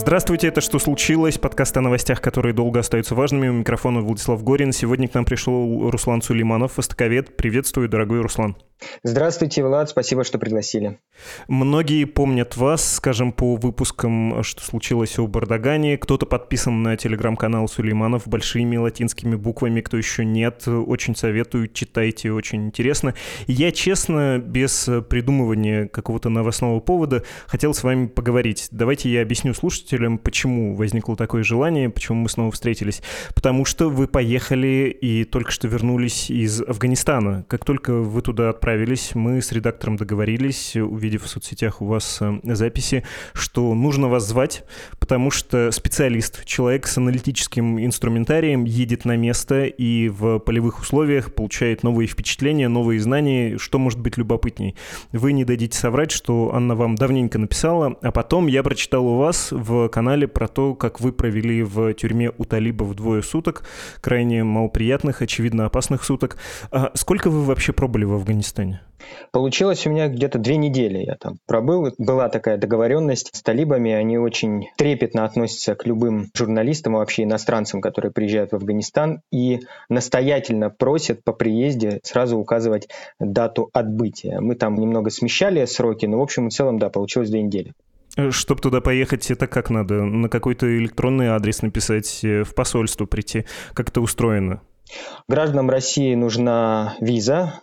Здравствуйте, это «Что случилось?» Подкаст о новостях, которые долго остаются важными. У микрофона Владислав Горин. Сегодня к нам пришел Руслан Сулейманов, востоковед. Приветствую, дорогой Руслан. Здравствуйте, Влад, спасибо, что пригласили. Многие помнят вас, скажем, по выпускам «Что случилось» о Эрдогане. Кто-то подписан на телеграм-канал Сулейманов большими латинскими буквами, кто еще нет. Очень советую, читайте, очень интересно. Я, честно, без придумывания какого-то новостного повода хотел с вами поговорить. Давайте я объясню слушателям, почему возникло такое желание, почему мы снова встретились. Потому что вы поехали и только что вернулись из Афганистана. Как только вы туда отправились, мы с редактором договорились, увидев в соцсетях у вас записи, что нужно вас звать, потому что специалист, человек с аналитическим инструментарием едет на место и в полевых условиях получает новые впечатления, новые знания, что может быть любопытней. Вы не дадите соврать, что Анна вам давненько написала, а потом я прочитал у вас в канале про то, как вы провели в тюрьме у талибов 2 суток, крайне малоприятных, очевидно опасных суток. А сколько вы вообще пробыли в Афганистане? Получилось у меня где-то 2 недели я там пробыл. Была такая договоренность с талибами. Они очень трепетно относятся к любым журналистам, вообще иностранцам, которые приезжают в Афганистан, и настоятельно просят по приезде сразу указывать дату отбытия. Мы там немного смещали сроки, но в общем и целом, да, получилось 2 недели. Чтобы туда поехать, это как надо? На какой-то электронный адрес написать, в посольство прийти? Как это устроено? Гражданам России нужна виза.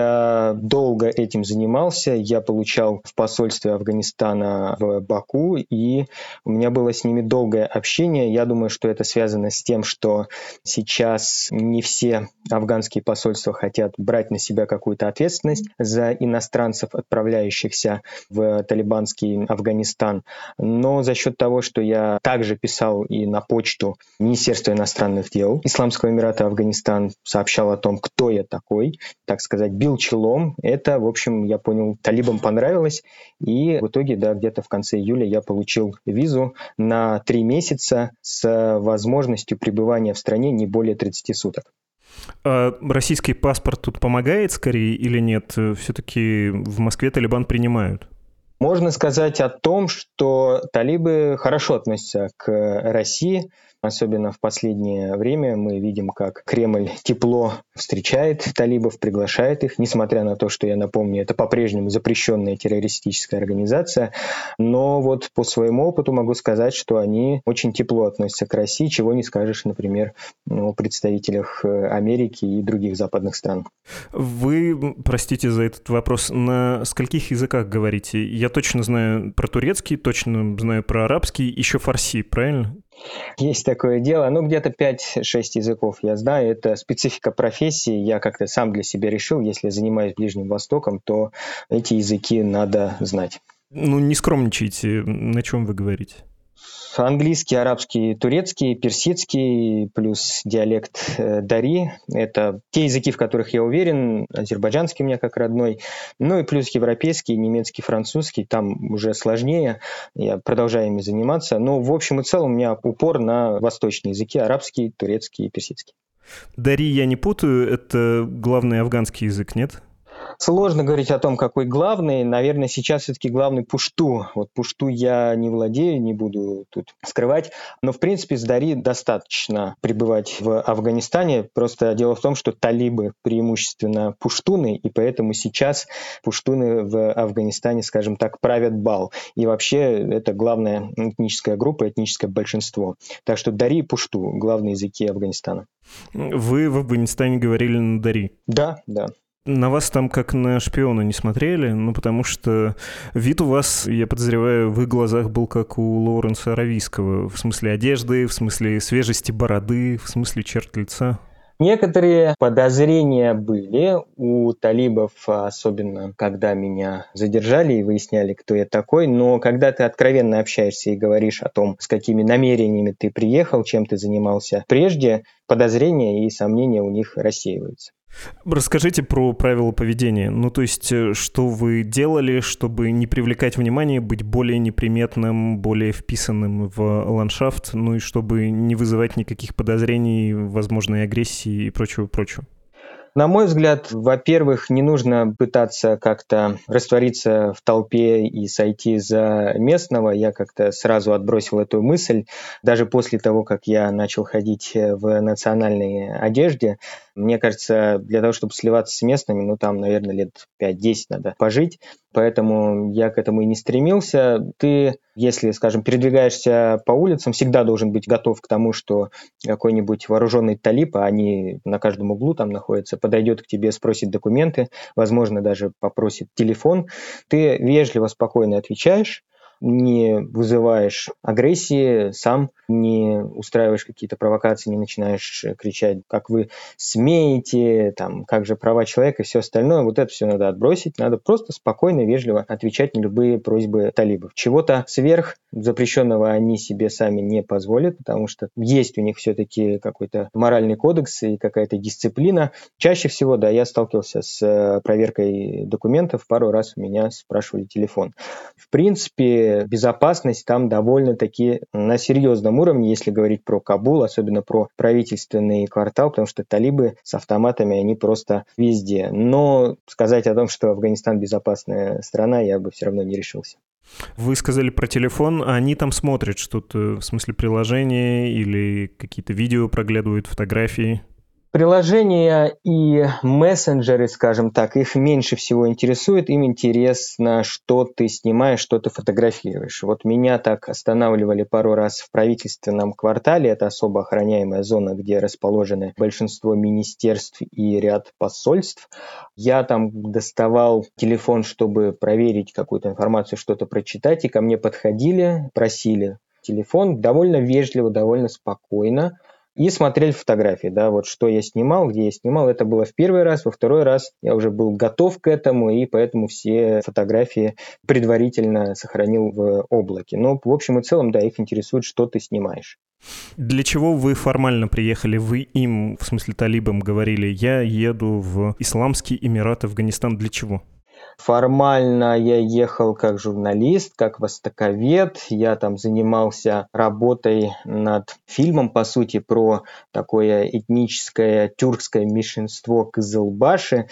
Я долго этим занимался. Я получал в посольстве Афганистана в Баку, и у меня было с ними долгое общение. Я думаю, что это связано с тем, что сейчас не все афганские посольства хотят брать на себя какую-то ответственность за иностранцев, отправляющихся в талибанский Афганистан. Но за счет того, что я также писал и на почту Министерства иностранных дел Исламского Эмирата Афганистан, сообщал о том, кто я такой, так сказать, бил челом. Это, в общем, я понял, талибам понравилось. И в итоге, да, где-то в конце июля я получил визу на 3 месяца с возможностью пребывания в стране не более 30 суток. А российский паспорт тут помогает скорее или нет? Все-таки в Москве Талибан принимают. Можно сказать о том, что талибы хорошо относятся к России. Особенно в последнее время мы видим, как Кремль тепло встречает талибов, приглашает их, несмотря на то, что, я напомню, это по-прежнему запрещенная террористическая организация. Но вот по своему опыту могу сказать, что они очень тепло относятся к России, чего не скажешь, например, о представителях Америки и других западных стран. Вы, простите за этот вопрос, на скольких языках говорите? Я точно знаю про турецкий, точно знаю про арабский, еще фарси, правильно? Есть такое дело. Где-то 5-6 языков я знаю. Это специфика профессии. Я как-то сам для себя решил, если я занимаюсь Ближним Востоком, то эти языки надо знать. Не скромничайте. На чем вы говорите? Английский, арабский, турецкий, персидский, плюс диалект дари. Это те языки, в которых я уверен. Азербайджанский у меня как родной. И плюс европейский, немецкий, французский. Там уже сложнее. Я продолжаю ими заниматься. Но в общем и целом у меня упор на восточные языки. Арабский, турецкий и персидский. Дари я не путаю. Это главный афганский язык, нет? Сложно говорить о том, какой главный. Наверное, сейчас все-таки главный пушту. Вот пушту я не владею, не буду тут скрывать. Но, в принципе, с дари достаточно пребывать в Афганистане. Просто дело в том, что талибы преимущественно пуштуны, и поэтому сейчас пуштуны в Афганистане, скажем так, правят бал. И вообще это главная этническая группа, этническое большинство. Так что дари и пушту – главные языки Афганистана. Вы в Афганистане говорили на дари? Да. На вас там как на шпиона не смотрели, потому что вид у вас, я подозреваю, в их глазах был как у Лоуренса Аравийского, в смысле одежды, в смысле свежести бороды, в смысле черт лица. Некоторые подозрения были у талибов, особенно когда меня задержали и выясняли, кто я такой. Но когда ты откровенно общаешься и говоришь о том, с какими намерениями ты приехал, чем ты занимался прежде, подозрения и сомнения у них рассеиваются. Расскажите про правила поведения. То есть, что вы делали, чтобы не привлекать внимание, быть более неприметным, более вписанным в ландшафт, и чтобы не вызывать никаких подозрений, возможной агрессии и прочего-прочего. На мой взгляд, во-первых, не нужно пытаться как-то раствориться в толпе и сойти за местного. Я как-то сразу отбросил эту мысль. Даже после того, как я начал ходить в национальной одежде, мне кажется, для того, чтобы сливаться с местными, там, наверное, лет 5-10 надо пожить. Поэтому я к этому и не стремился. Ты, если, скажем, передвигаешься по улицам, всегда должен быть готов к тому, что какой-нибудь вооруженный талиб, а они на каждом углу там находятся, подойдет к тебе, спросит документы, возможно, даже попросит телефон. Ты вежливо, спокойно отвечаешь, не вызываешь агрессии, сам не устраиваешь какие-то провокации, не начинаешь кричать, как вы смеете, там, как же права человека и все остальное. Вот это все надо отбросить, надо просто спокойно, вежливо отвечать на любые просьбы талибов. Чего-то сверх запрещенного они себе сами не позволят, потому что есть у них все-таки какой-то моральный кодекс и какая-то дисциплина. Чаще всего, да, я сталкивался с проверкой документов, пару раз у меня спрашивали телефон. В принципе, безопасность там довольно-таки на серьезном уровне, если говорить про Кабул, особенно про правительственный квартал, потому что талибы с автоматами, они просто везде. Но сказать о том, что Афганистан безопасная страна, я бы все равно не решился. Вы сказали про телефон, а они там смотрят что-то, в смысле приложения или какие-то видео проглядывают, фотографии? Приложения и мессенджеры, скажем так, их меньше всего интересует. Им интересно, что ты снимаешь, что ты фотографируешь. Вот меня так останавливали пару раз в правительственном квартале. Это особо охраняемая зона, где расположены большинство министерств и ряд посольств. Я там доставал телефон, чтобы проверить какую-то информацию, что-то прочитать, и ко мне подходили, просили телефон довольно вежливо, довольно спокойно. И смотрели фотографии, да, вот что я снимал, где я снимал. Это было в первый раз, во второй раз я уже был готов к этому, и поэтому все фотографии предварительно сохранил в облаке. Но в общем и целом, да, их интересует, что ты снимаешь. Для чего вы формально приехали? Вы им, в смысле талибам, говорили, я еду в Исламский Эмират Афганистан. Для чего? Формально я ехал как журналист, как востоковед. Я там занимался работой над фильмом, по сути, про такое этническое тюркское меньшинство Кызылбаши.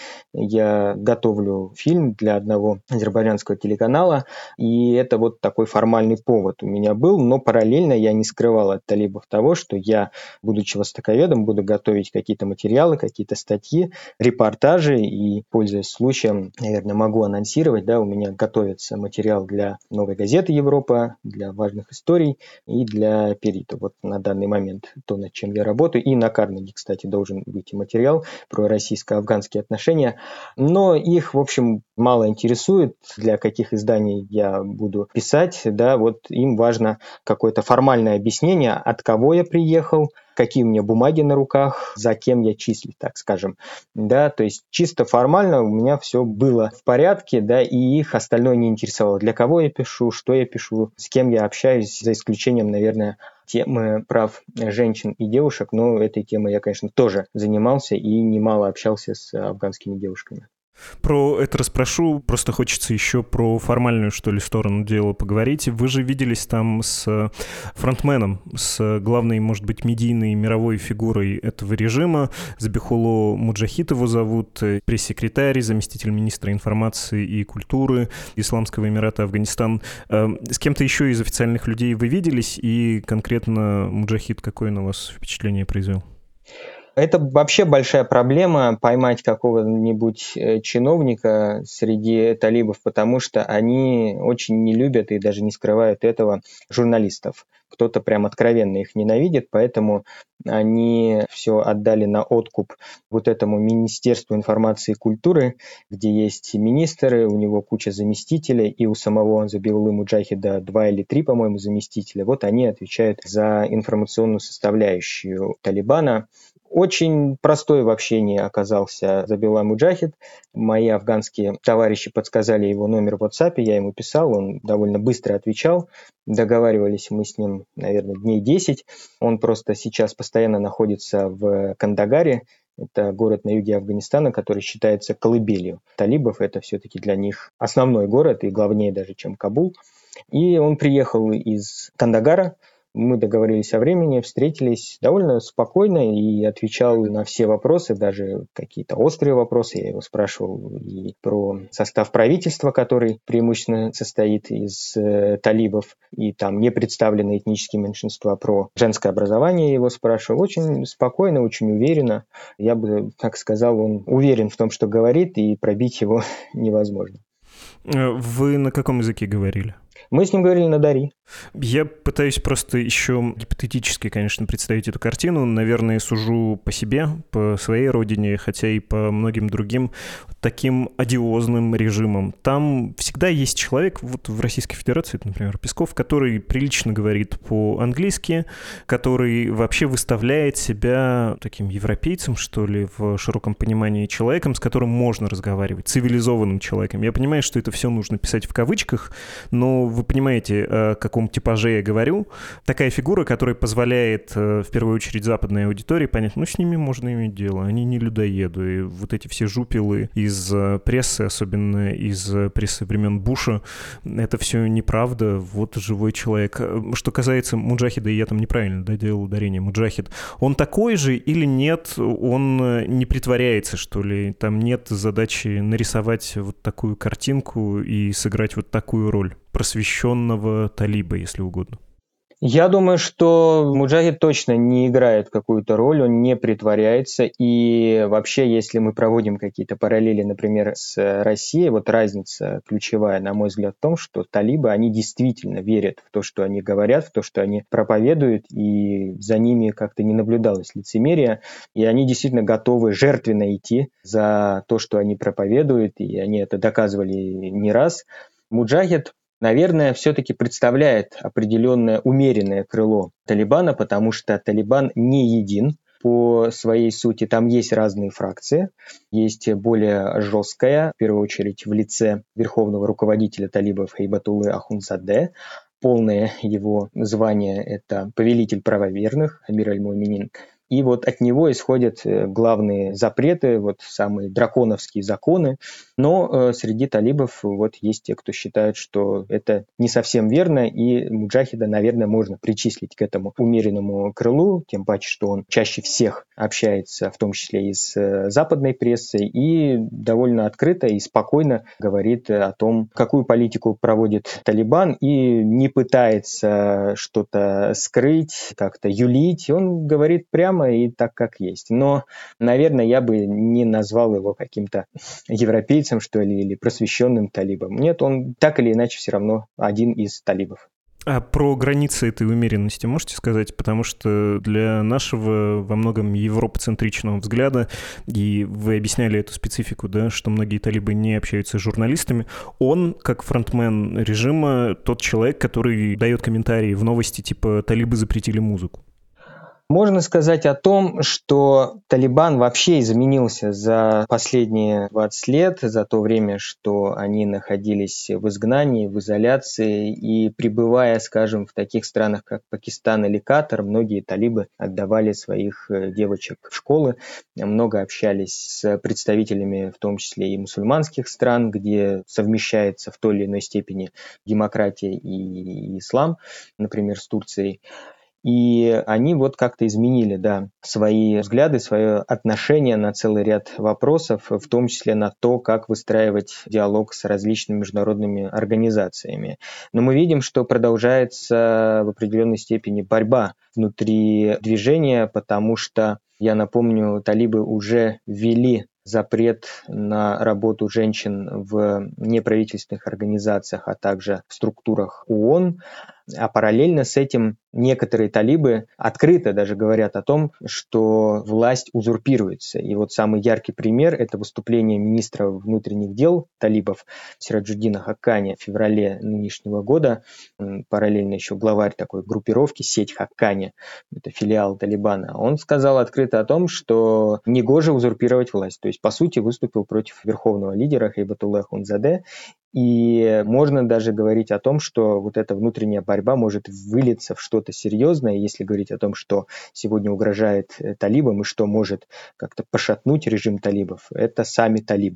Я готовлю фильм для одного азербайджанского телеканала, и это вот такой формальный повод у меня был, но параллельно я не скрывал от талибов того, что я, будучи востоковедом, буду готовить какие-то материалы, какие-то статьи, репортажи, и, пользуясь случаем, наверное, могу анонсировать, да, у меня готовится материал для «Новой газеты Европа», для важных историй и для Перита. Вот на данный момент то, над чем я работаю. И на Карнеги, кстати, должен выйти материал про российско-афганские отношения. Но их, в общем, мало интересует, для каких изданий я буду писать. Да, вот им важно какое-то формальное объяснение, от кого я приехал, какие у меня бумаги на руках, за кем я числюсь, так скажем. Да, то есть чисто формально у меня все было в порядке, да, и их остальное не интересовало. Для кого я пишу, что я пишу, с кем я общаюсь, за исключением, наверное, темы прав женщин и девушек, но этой темой я, конечно, тоже занимался и немало общался с афганскими девушками. Про это расспрошу, просто хочется еще про формальную, что ли, сторону дела поговорить. Вы же виделись там с фронтменом, с главной, может быть, медийной мировой фигурой этого режима. Забихуло Муджахид его зовут, пресс-секретарь, заместитель министра информации и культуры Исламского Эмирата Афганистан. С кем-то еще из официальных людей вы виделись, и конкретно Муджахид какое на вас впечатление произвел? Это вообще большая проблема поймать какого-нибудь чиновника среди талибов, потому что они очень не любят и даже не скрывают этого журналистов. Кто-то прям откровенно их ненавидит, поэтому они все отдали на откуп вот этому Министерству информации и культуры, где есть министры, у него куча заместителей, и у самого Забихулы Муджахида 2 или 3, по-моему, заместителя. Вот они отвечают за информационную составляющую Талибана. Очень простой в общении оказался Забихулла Муджахид. Мои афганские товарищи подсказали его номер в WhatsApp, я ему писал, он довольно быстро отвечал. Договаривались мы с ним, наверное, дней 10. Он просто сейчас постоянно находится в Кандагаре. Это город на юге Афганистана, который считается колыбелью талибов. Это все-таки для них основной город и главнее даже, чем Кабул. И он приехал из Кандагара, Мы договорились о времени, встретились довольно спокойно и отвечал на все вопросы, даже какие-то острые вопросы. Я его спрашивал и про состав правительства, который преимущественно состоит из талибов, и там не представлены этнические меньшинства, про женское образование я его спрашивал. Очень спокойно, очень уверенно. Я бы так сказал, он уверен в том, что говорит, и пробить его невозможно. Вы на каком языке говорили? Мы с ним говорили на дари. Я пытаюсь просто еще гипотетически, конечно, представить эту картину. Наверное, сужу по себе, по своей родине, хотя и по многим другим таким одиозным режимам. Там всегда есть человек, вот в Российской Федерации, например, Песков, который прилично говорит по-английски, который вообще выставляет себя таким европейцем, что ли, в широком понимании, человеком, с которым можно разговаривать, цивилизованным человеком. Я понимаю, что это все нужно писать в кавычках, но вы понимаете, о каком типаже я говорю. Такая фигура, которая позволяет, в первую очередь, западной аудитории понять, ну, с ними можно иметь дело, они не людоеды. И вот эти все жупелы из прессы, особенно из прессы времен Буша, это все неправда, вот живой человек. Что касается Муджахида, я там неправильно делал ударение, Муджахид, он такой же или нет, он не притворяется, что ли, там нет задачи нарисовать вот такую картинку и сыграть вот такую роль просвещенного талиба, если угодно? Я думаю, что Муджахид точно не играет какую-то роль, он не притворяется. И вообще, если мы проводим какие-то параллели, например, с Россией, вот разница ключевая, на мой взгляд, в том, что талибы, они действительно верят в то, что они говорят, в то, что они проповедуют, и за ними как-то не наблюдалось лицемерия. И они действительно готовы жертвенно идти за то, что они проповедуют, и они это доказывали не раз. Муджахид, наверное, все-таки представляет определенное умеренное крыло Талибана, потому что Талибан не един по своей сути. Там есть разные фракции. Есть более жесткая, в первую очередь в лице верховного руководителя талибов Хайбатуллы Ахундзаде. Полное его звание – это повелитель правоверных, Амир аль-Муминин. И вот от него исходят главные запреты, вот самые драконовские законы. Но среди талибов вот есть те, кто считает, что это не совсем верно, и Муджахида, наверное, можно причислить к этому умеренному крылу, тем паче, что он чаще всех общается, в том числе и с западной прессой, и довольно открыто и спокойно говорит о том, какую политику проводит Талибан, и не пытается что-то скрыть, как-то юлить. Он говорит прямо и так, как есть. Но, наверное, я бы не назвал его каким-то европейцем, что ли, или просвещенным талибом. Нет, он так или иначе все равно один из талибов. А про границы этой умеренности можете сказать? Потому что для нашего во многом европоцентричного взгляда, и вы объясняли эту специфику, да, что многие талибы не общаются с журналистами, он, как фронтмен режима, тот человек, который дает комментарии в новости типа «талибы запретили музыку». Можно сказать о том, что Талибан вообще изменился за последние 20 лет, за то время, что они находились в изгнании, в изоляции, и пребывая, скажем, в таких странах, как Пакистан или Катар, многие талибы отдавали своих девочек в школы, много общались с представителями, в том числе и мусульманских стран, где совмещается в той или иной степени демократия и ислам, например, с Турцией. И они вот как-то изменили, да, свои взгляды, свое отношение на целый ряд вопросов, в том числе на то, как выстраивать диалог с различными международными организациями. Но мы видим, что продолжается в определенной степени борьба внутри движения, потому что, я напомню, талибы уже ввели запрет на работу женщин в неправительственных организациях, а также в структурах ООН. А параллельно с этим некоторые талибы открыто даже говорят о том, что власть узурпируется. И вот самый яркий пример – это выступление министра внутренних дел талибов Сираджуддина Хаккани в феврале нынешнего года. Параллельно еще главарь такой группировки «Сеть Хаккани», это филиал Талибана. Он сказал открыто о том, что негоже узурпировать власть. То есть, по сути, выступил против верховного лидера Хайбатуллы Ахундзаде. И можно даже говорить о том, что вот эта внутренняя борьба может вылиться в что-то серьезное, если говорить о том, что сегодня угрожает талибам и что может как-то пошатнуть режим талибов, это сами талибы.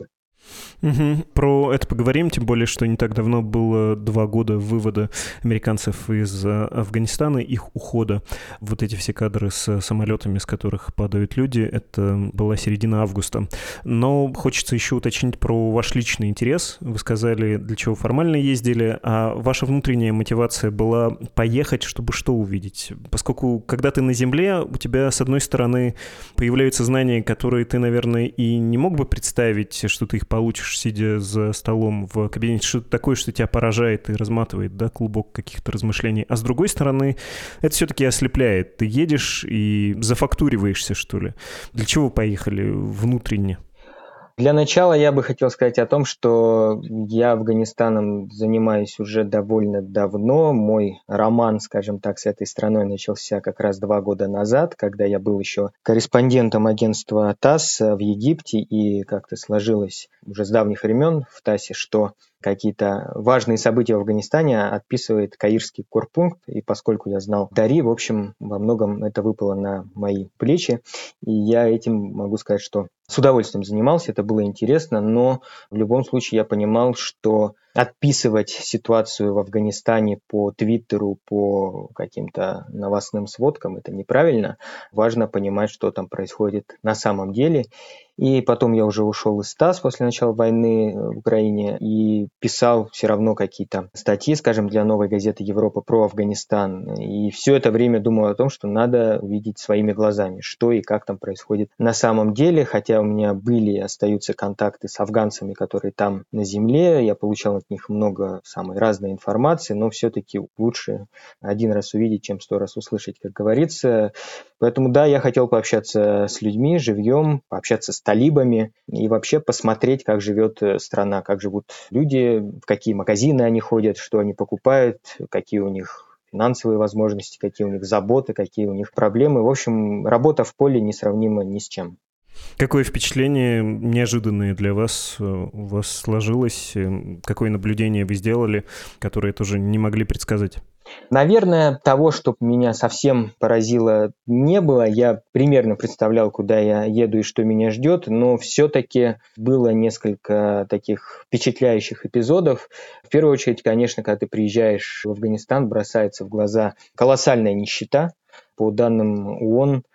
Про это поговорим, тем более, что не так давно было 2 года вывода американцев из Афганистана, их ухода. Вот эти все кадры с самолетами, с которых падают люди, это была середина августа. Но хочется еще уточнить про ваш личный интерес. Вы сказали, для чего формально ездили, а ваша внутренняя мотивация была поехать, чтобы что увидеть? Поскольку, когда ты на земле, у тебя, с одной стороны, появляются знания, которые ты, наверное, и не мог бы представить, что ты их получишь, сидя за столом в кабинете, что-то такое, что тебя поражает и разматывает, да, клубок каких-то размышлений. А с другой стороны, это все-таки ослепляет. Ты едешь и зафактуриваешься, что ли. Для чего поехали внутренне? Для начала я бы хотел сказать о том, что я Афганистаном занимаюсь уже довольно давно. Мой роман, скажем так, с этой страной начался как раз 2 года назад, когда я был еще корреспондентом агентства ТАСС в Египте, и как-то сложилось уже с давних времен в ТАССе, что какие-то важные события в Афганистане отписывает каирский корпункт, и поскольку я знал Дари, в общем, во многом это выпало на мои плечи, и я этим могу сказать, что с удовольствием занимался, это было интересно, но в любом случае я понимал, что отписывать ситуацию в Афганистане по Твиттеру, по каким-то новостным сводкам, это неправильно. Важно понимать, что там происходит на самом деле. И потом я уже ушел из ТАСС после начала войны в Украине и писал все равно какие-то статьи, скажем, для «Новой газеты Европы» про Афганистан. И все это время думал о том, что надо увидеть своими глазами, что и как там происходит на самом деле. Хотя у меня были и остаются контакты с афганцами, которые там на земле. Я получал от них много самой разной информации, но все-таки лучше один раз увидеть, чем 100 раз услышать, как говорится. Поэтому да, я хотел пообщаться с людьми живьем, пообщаться с талибами и вообще посмотреть, как живет страна, как живут люди, в какие магазины они ходят, что они покупают, какие у них финансовые возможности, какие у них заботы, какие у них проблемы. В общем, работа в поле несравнима ни с чем. Какое впечатление неожиданное для вас у вас сложилось? Какое наблюдение вы сделали, которое тоже не могли предсказать? Наверное, того, что меня совсем поразило, не было. Я примерно представлял, куда я еду и что меня ждет, но все-таки было несколько таких впечатляющих эпизодов. В первую очередь, конечно, когда ты приезжаешь в Афганистан, бросается в глаза колоссальная нищета. По данным ООН,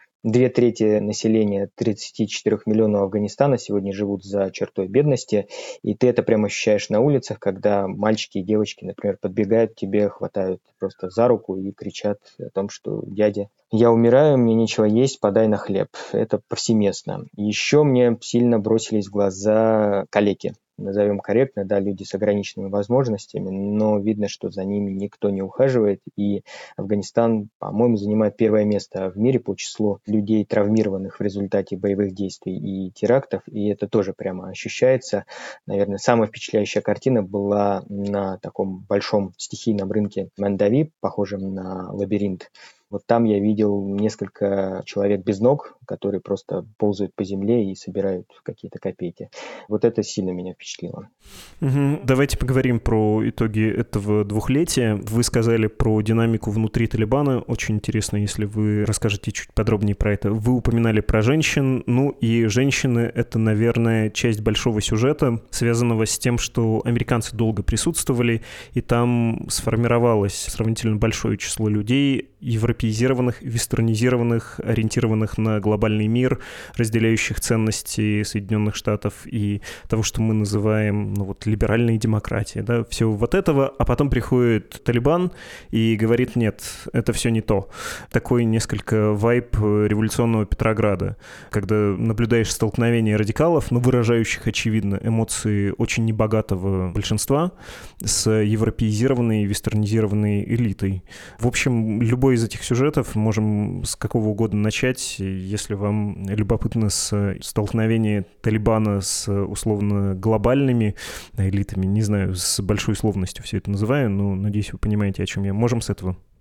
2/3 населения 34 миллионов Афганистана сегодня живут за чертой бедности, и ты это прямо ощущаешь на улицах, когда мальчики и девочки, например, подбегают к тебе, хватают просто за руку и кричат о том, что «дядя, я умираю, мне нечего есть, подай на хлеб». Это повсеместно. Еще мне сильно бросились в глаза калеки. Назовем корректно, да, люди с ограниченными возможностями, но видно, что за ними никто не ухаживает, и Афганистан, по-моему, занимает 1 место в мире по числу людей, травмированных в результате боевых действий и терактов, и это тоже прямо ощущается. Наверное, самая впечатляющая картина была на таком большом стихийном рынке Мандави, похожем на лабиринт. Вот там я видел несколько человек без ног, которые просто ползают по земле и собирают какие-то копейки. Вот это сильно меня впечатлило. Давайте поговорим про итоги этого 2-летия. Вы сказали про динамику внутри Талибана. Очень интересно, если вы расскажете чуть подробнее про это. Вы упоминали про женщин. Ну и женщины — это, наверное, часть большого сюжета, связанного с тем, что американцы долго присутствовали, и там сформировалось сравнительно большое число людей, европеизированных, вестернизированных, ориентированных на глобальный мир, разделяющих ценности Соединенных Штатов и того, что мы называем, либеральной демократией, да, всего вот этого, а потом приходит Талибан и говорит: нет, это все не то. Такой несколько вайб революционного Петрограда, когда наблюдаешь столкновение радикалов, но выражающих, очевидно, эмоции очень небогатого большинства с европеизированной, вестернизированной элитой. В общем, любой из этих сюжетов, можем с какого угодно начать, если вам любопытно, с столкновения Талибана с условно глобальными элитами, не знаю, с большой условностью все это называю, но надеюсь, вы понимаете, о чем я. Можем с этого?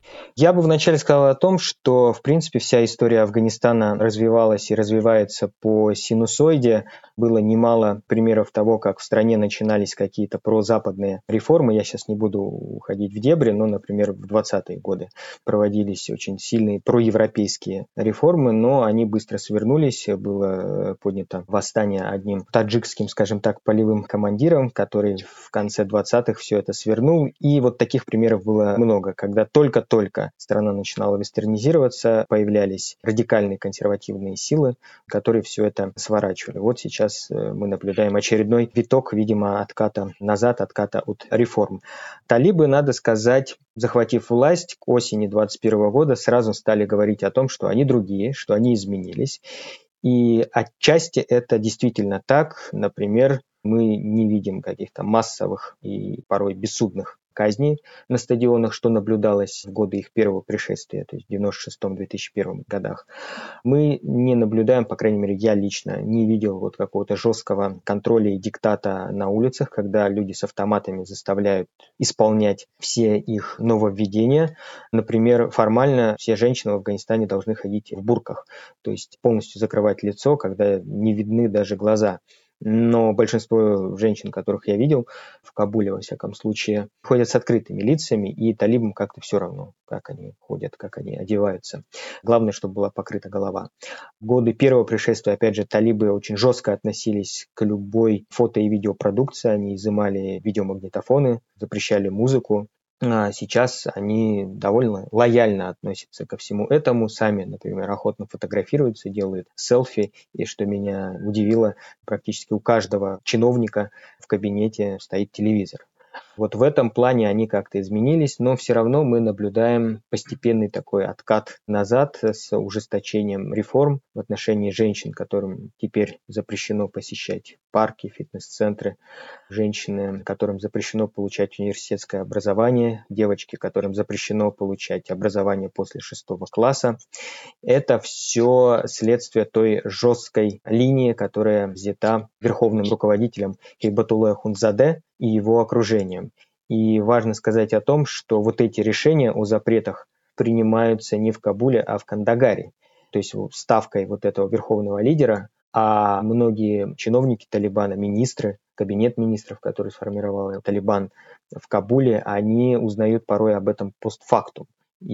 Я бы вначале сказал о том, что, в принципе, вся история Афганистана развивалась и развивается по синусоиде. Было немало примеров того, как в стране начинались какие-то прозападные реформы. Я сейчас не буду уходить в дебри, но, например, в 20-е годы проводились очень сильные проевропейские реформы, но они быстро свернулись. Было поднято восстание одним таджикским, скажем так, полевым командиром, который в конце 20-х все это свернул. И вот таких примеров было много, когда только страна начинала вестернизироваться, появлялись радикальные консервативные силы, которые все это сворачивали. Вот сейчас мы наблюдаем очередной виток, видимо, отката назад, отката от реформ. Талибы, надо сказать, захватив власть к осени 2021 года, сразу стали говорить о том, что они другие, что они изменились. И отчасти это действительно так. Например, мы не видим каких-то массовых и порой бессудных казней на стадионах, что наблюдалось в годы их первого пришествия, то есть в 96-2001 годах. Мы не наблюдаем, по крайней мере, я лично не видел вот какого-то жесткого контроля и диктата на улицах, когда люди с автоматами заставляют исполнять все их нововведения. Например, формально все женщины в Афганистане должны ходить в бурках, то есть полностью закрывать лицо, когда не видны даже глаза. Но большинство женщин, которых я видел в Кабуле, во всяком случае, ходят с открытыми лицами, и талибам как-то все равно, как они ходят, как они одеваются. Главное, чтобы была покрыта голова. В годы первого пришествия, опять же, талибы очень жестко относились к любой фото- и видеопродукции, они изымали видеомагнитофоны, запрещали музыку. А сейчас они довольно лояльно относятся ко всему этому, сами, например, охотно фотографируются, делают селфи, и что меня удивило, практически у каждого чиновника в кабинете стоит телевизор. Вот в этом плане они как-то изменились, но все равно мы наблюдаем постепенный такой откат назад с ужесточением реформ в отношении женщин, которым теперь запрещено посещать парки, фитнес-центры, женщины, которым запрещено получать университетское образование, девочки, которым запрещено получать образование после 6 класса. Это все следствие той жесткой линии, которая взята верховным руководителем Хейбатуллой Ахундзаде и его окружением. И важно сказать о том, что вот эти решения о запретах принимаются не в Кабуле, а в Кандагаре. То есть ставкой вот этого верховного лидера, а многие чиновники Талибана, министры, кабинет министров, который сформировал Талибан в Кабуле, они узнают порой об этом постфактум.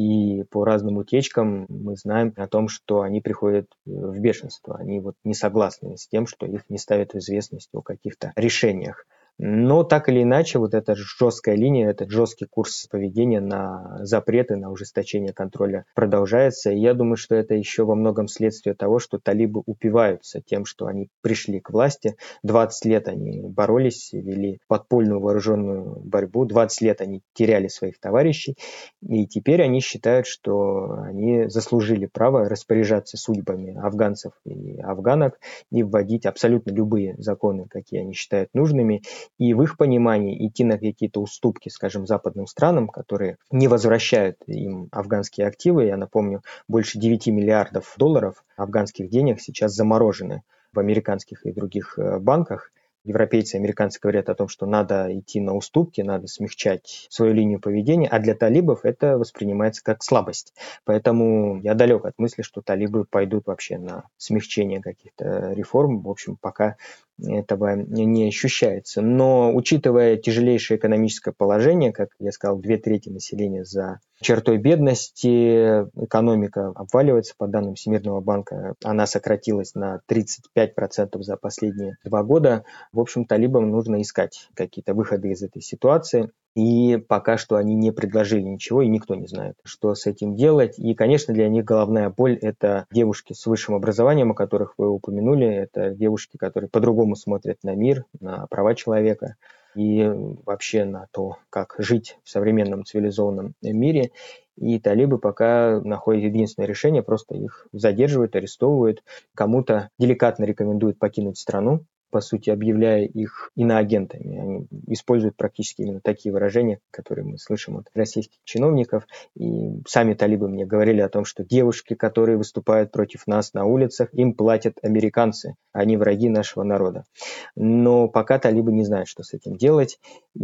И по разным утечкам мы знаем о том, что они приходят в бешенство. Они вот не согласны с тем, что их не ставят в известность о каких-то решениях. Но так или иначе, вот эта жесткая линия, этот жесткий курс поведения на запреты, на ужесточение контроля продолжается. И я думаю, что это еще во многом следствие того, что талибы упиваются тем, что они пришли к власти. 20 лет они боролись, вели подпольную вооруженную борьбу, 20 лет они теряли своих товарищей, и теперь они считают, что они заслужили право распоряжаться судьбами афганцев и афганок и вводить абсолютно любые законы, какие они считают нужными. И в их понимании идти на какие-то уступки, скажем, западным странам, которые не возвращают им афганские активы, я напомню, больше 9 миллиардов долларов афганских денег сейчас заморожены в американских и других банках. Европейцы и американцы говорят о том, что надо идти на уступки, надо смягчать свою линию поведения, а для талибов это воспринимается как слабость. Поэтому я далек от мысли, что талибы пойдут вообще на смягчение каких-то реформ. В общем, пока этого не ощущается. Но учитывая тяжелейшее экономическое положение, как я сказал, 2/3 населения за чертой бедности, экономика обваливается, по данным Всемирного банка, она сократилась на 35% за последние 2 года. В общем, талибам нужно искать какие-то выходы из этой ситуации. И пока что они не предложили ничего, и никто не знает, что с этим делать. И, конечно, для них головная боль – это девушки с высшим образованием, о которых вы упомянули. Это девушки, которые по-другому смотрят на мир, на права человека и вообще на то, как жить в современном цивилизованном мире. И талибы пока находят единственное решение, просто их задерживают, арестовывают, кому-то деликатно рекомендуют покинуть страну, по сути, объявляя их иноагентами. Они используют практически именно такие выражения, которые мы слышим от российских чиновников. И сами талибы мне говорили о том, что девушки, которые выступают против нас на улицах, им платят американцы, они враги нашего народа. Но пока талибы не знают, что с этим делать.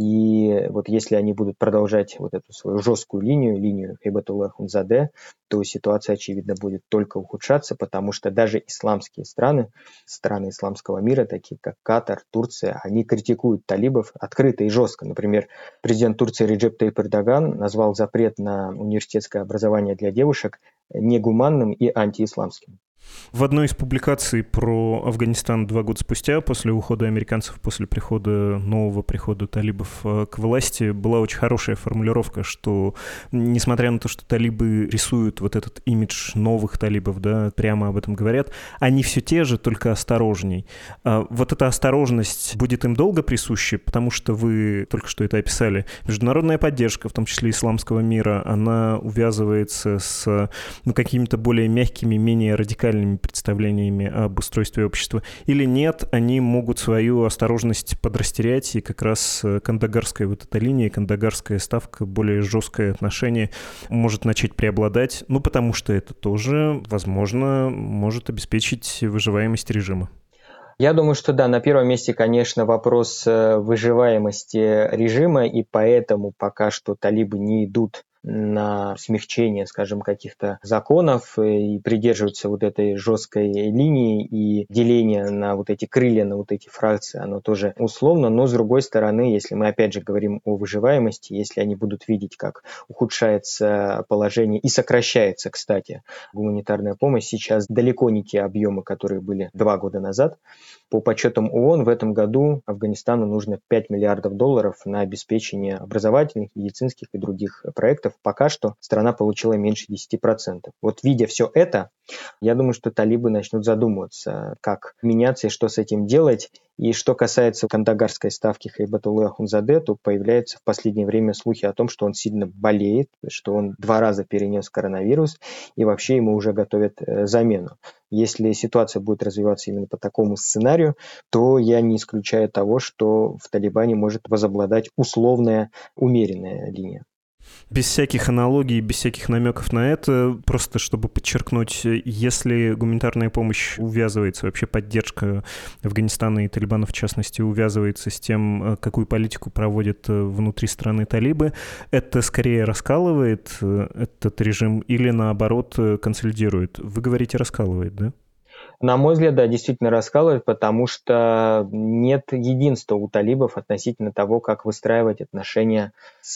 И вот если они будут продолжать вот эту свою жесткую линию Хайбатуллы Ахундзаде, то ситуация, очевидно, будет только ухудшаться, потому что даже исламские страны исламского мира, такие как Катар, Турция, они критикуют талибов открыто и жестко. Например, президент Турции Реджеп Тайип Эрдоган назвал запрет на университетское образование для девушек негуманным и антиисламским. В одной из публикаций про Афганистан 2 года спустя, после ухода американцев, после нового прихода талибов к власти, была очень хорошая формулировка, что несмотря на то, что талибы рисуют вот этот имидж новых талибов, да, прямо об этом говорят, они все те же, только осторожней. Вот эта осторожность будет им долго присуща, потому что вы только что это описали. Международная поддержка, в том числе исламского мира, она увязывается с какими-то более мягкими, менее радикальными представлениями об устройстве общества, или нет, они могут свою осторожность подрастерять, и как раз кандагарская вот эта линия, кандагарская ставка, более жесткое отношение может начать преобладать, потому что это тоже, возможно, может обеспечить выживаемость режима. Я думаю, что да, на первом месте, конечно, вопрос выживаемости режима, и поэтому пока что талибы не идут на смягчение, скажем, каких-то законов и придерживаются вот этой жесткой линии, и деление на вот эти крылья, на вот эти фракции, оно тоже условно, но с другой стороны, если мы опять же говорим о выживаемости, если они будут видеть, как ухудшается положение и сокращается, кстати, гуманитарная помощь, сейчас далеко не те объемы, которые были 2 года назад. По подсчетам ООН, в этом году Афганистану нужно $5 миллиардов на обеспечение образовательных, медицинских и других проектов. Пока что страна получила меньше 10%. Вот видя все это, я думаю, что талибы начнут задумываться, как меняться и что с этим делать. И что касается кандагарской ставки Хайбатуллы Ахундзаде, то появляются в последнее время слухи о том, что он сильно болеет, что он 2 раза перенес коронавирус, и вообще ему уже готовят замену. Если ситуация будет развиваться именно по такому сценарию, то я не исключаю того, что в Талибане может возобладать условная умеренная линия. Без всяких аналогий, без всяких намеков на это, просто чтобы подчеркнуть, если гуманитарная помощь увязывается, вообще поддержка Афганистана и Талибана, в частности, увязывается с тем, какую политику проводят внутри страны талибы, это скорее раскалывает этот режим или, наоборот, консолидирует? Вы говорите, раскалывает, да? На мой взгляд, да, действительно раскалывает, потому что нет единства у талибов относительно того, как выстраивать отношения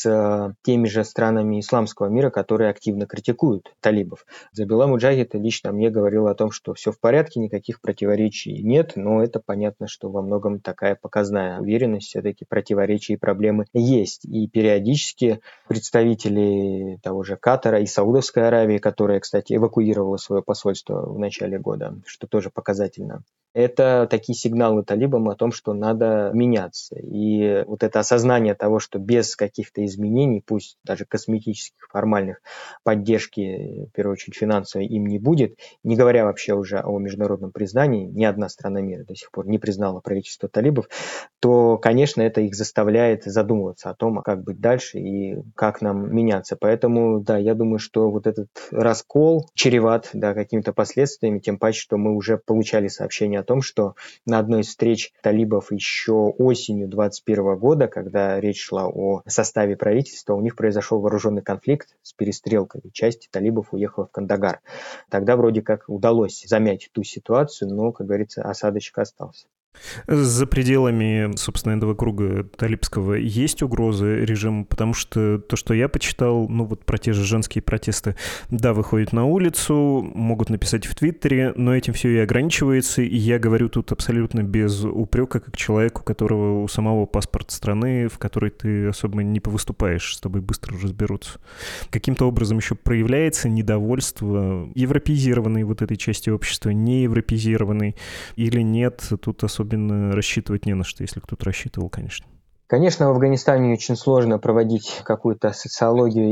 с теми же странами исламского мира, которые активно критикуют талибов. Забила Муджахид лично мне говорил о том, что все в порядке, никаких противоречий нет, но это понятно, что во многом такая показная уверенность, все-таки противоречия и проблемы есть. И периодически представители того же Катара и Саудовской Аравии, которая, кстати, эвакуировала свое посольство в начале года, что тоже показательно. Это такие сигналы талибам о том, что надо меняться. И вот это осознание того, что без каких-то изменений, пусть даже косметических, формальных, поддержки, в первую очередь финансовой, им не будет, не говоря вообще уже о международном признании, ни одна страна мира до сих пор не признала правительство талибов, то, конечно, это их заставляет задумываться о том, как быть дальше и как нам меняться. Поэтому, да, я думаю, что вот этот раскол чреват, да, какими-то последствиями, тем паче, что мы уже получали сообщение о том, что на одной из встреч талибов еще осенью 2021 года, когда речь шла о составе правительства, у них произошел вооруженный конфликт с перестрелкой, и часть талибов уехала в Кандагар. Тогда вроде как удалось замять ту ситуацию, но, как говорится, осадочек остался. За пределами, собственно, этого круга талибского есть угрозы режиму, потому что то, что я почитал, вот про те же женские протесты, да, выходят на улицу, могут написать в Твиттере, но этим все и ограничивается, и я говорю тут абсолютно без упрека, как человек, у которого у самого паспорт страны, в которой ты особо не повыступаешь, с тобой быстро разберутся. Каким-то образом еще проявляется недовольство европеизированной вот этой части общества, не европеизированной или нет, тут особенно рассчитывать не на что, если кто-то рассчитывал, конечно. Конечно, в Афганистане очень сложно проводить какую-то социологию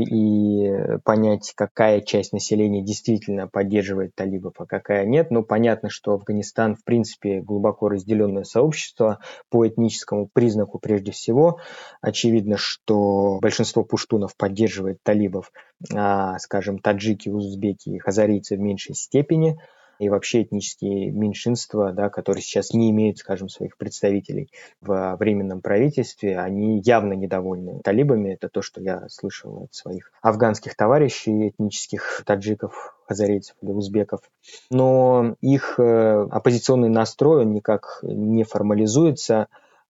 и понять, какая часть населения действительно поддерживает талибов, а какая нет. Но понятно, что Афганистан, в принципе, глубоко разделенное сообщество по этническому признаку прежде всего. Очевидно, что большинство пуштунов поддерживает талибов, а, скажем, таджики, узбеки и хазарийцы в меньшей степени. И вообще этнические меньшинства, да, которые сейчас не имеют, скажем, своих представителей в временном правительстве, они явно недовольны талибами. Это то, что я слышал от своих афганских товарищей, этнических таджиков, хазарийцев или узбеков. Но их оппозиционный настрой, он никак не формализуется.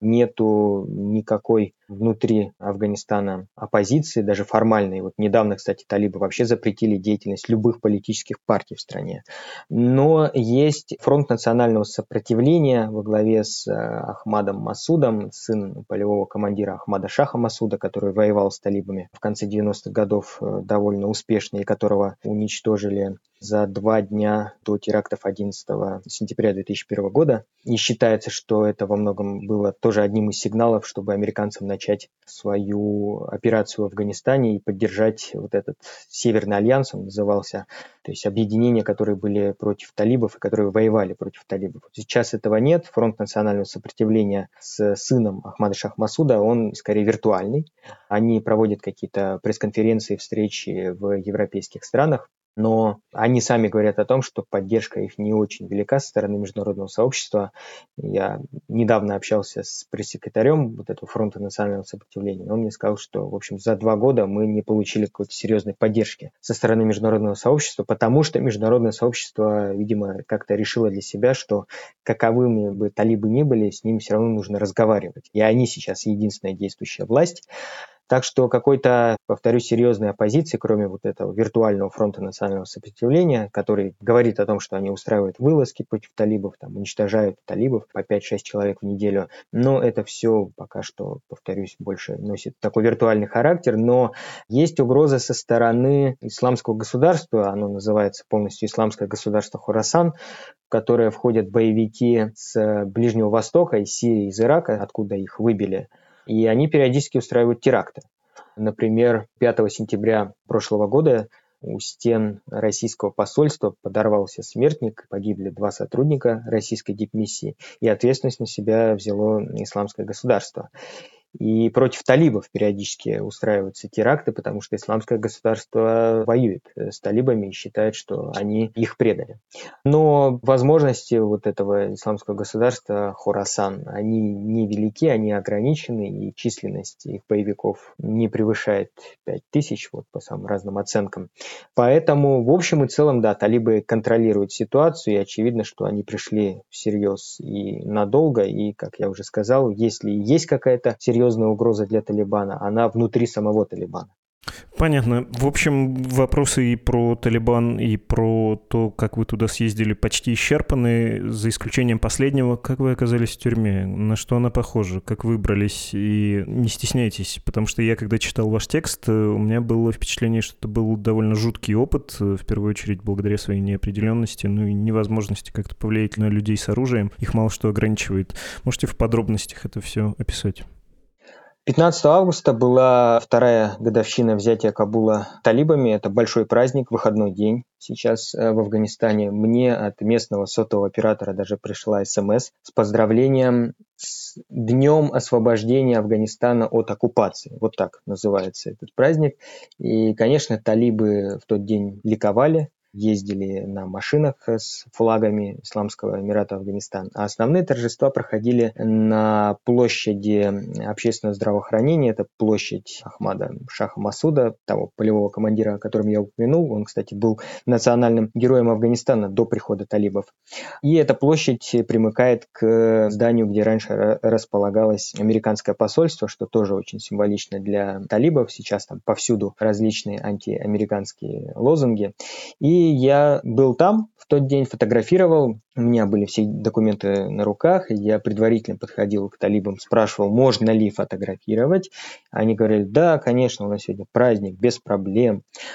Нету никакой внутри Афганистана оппозиции, даже формальной. Вот недавно, кстати, талибы вообще запретили деятельность любых политических партий в стране. Но есть фронт национального сопротивления во главе с Ахмадом Масудом, сын полевого командира Ахмада Шаха Масуда, который воевал с талибами в конце 90-х годов довольно успешно и которого уничтожили за 2 дня до терактов 11 сентября 2001 года. И считается, что это во многом было тоже одним из сигналов, чтобы американцам начать свою операцию в Афганистане и поддержать вот этот Северный альянс, он назывался, то есть объединения, которые были против талибов и которые воевали против талибов. Сейчас этого нет. Фронт национального сопротивления с сыном Ахмада Шаха Масуда, он скорее виртуальный. Они проводят какие-то пресс-конференции, встречи в европейских странах, но они сами говорят о том, что поддержка их не очень велика со стороны международного сообщества. Я недавно общался с пресс-секретарем вот этого фронта национального сопротивления. Он мне сказал, что, в общем, за 2 года мы не получили какой-то серьезной поддержки со стороны международного сообщества, потому что международное сообщество, видимо, как-то решило для себя, что каковыми бы талибы ни были, с ними все равно нужно разговаривать. И они сейчас единственная действующая власть. Так что какой-то, повторюсь, серьезной оппозиции, кроме вот этого виртуального фронта национального сопротивления, который говорит о том, что они устраивают вылазки против талибов, там, уничтожают талибов по 5-6 человек в неделю. Но это все пока что, повторюсь, больше носит такой виртуальный характер. Но есть угроза со стороны исламского государства, оно называется полностью Исламское государство Хорасан, в которое входят боевики с Ближнего Востока, из Сирии, из Ирака, откуда их выбили. И они периодически устраивают теракты. Например, 5 сентября прошлого года у стен российского посольства подорвался смертник, погибли 2 сотрудника российской дипмиссии, и ответственность на себя взяло Исламское государство. И против талибов периодически устраиваются теракты, потому что исламское государство воюет с талибами и считает, что они их предали. Но возможности вот этого исламского государства Хорасан, они невелики, они ограничены, и численность их боевиков не превышает 5000, вот по самым разным оценкам. Поэтому, в общем и целом, да, талибы контролируют ситуацию, и очевидно, что они пришли всерьез и надолго, и, как я уже сказал, если есть какая-то серьезная угроза для Талибана, она внутри самого Талибана. Понятно. В общем, вопросы и про Талибан, и про то, как вы туда съездили, почти исчерпаны, за исключением последнего. Как вы оказались в тюрьме? На что она похожа? Как выбрались? И не стесняйтесь, потому что я, когда читал ваш текст, у меня было впечатление, что это был довольно жуткий опыт, в первую очередь благодаря своей неопределенности, ну и невозможности как-то повлиять на людей с оружием. Их мало что ограничивает. Можете в подробностях это все описать? 15 августа была 2-я годовщина взятия Кабула талибами. Это большой праздник, выходной день сейчас в Афганистане. Мне от местного сотового оператора даже пришла СМС с поздравлением с Днем освобождения Афганистана от оккупации. Вот так называется этот праздник. И, конечно, талибы в тот день ликовали, ездили на машинах с флагами Исламского Эмирата Афганистан. А основные торжества проходили на площади общественного здравоохранения. Это площадь Ахмада Шаха Масуда, того полевого командира, о котором я упомянул. Он, кстати, был национальным героем Афганистана до прихода талибов. И эта площадь примыкает к зданию, где раньше располагалось американское посольство, что тоже очень символично для талибов. Сейчас там повсюду различные антиамериканские лозунги. И я был там в тот день, фотографировал, у меня были все документы на руках, я предварительно подходил к талибам, спрашивал, можно ли фотографировать. Они говорили, да, конечно, у нас сегодня праздник, без проблем.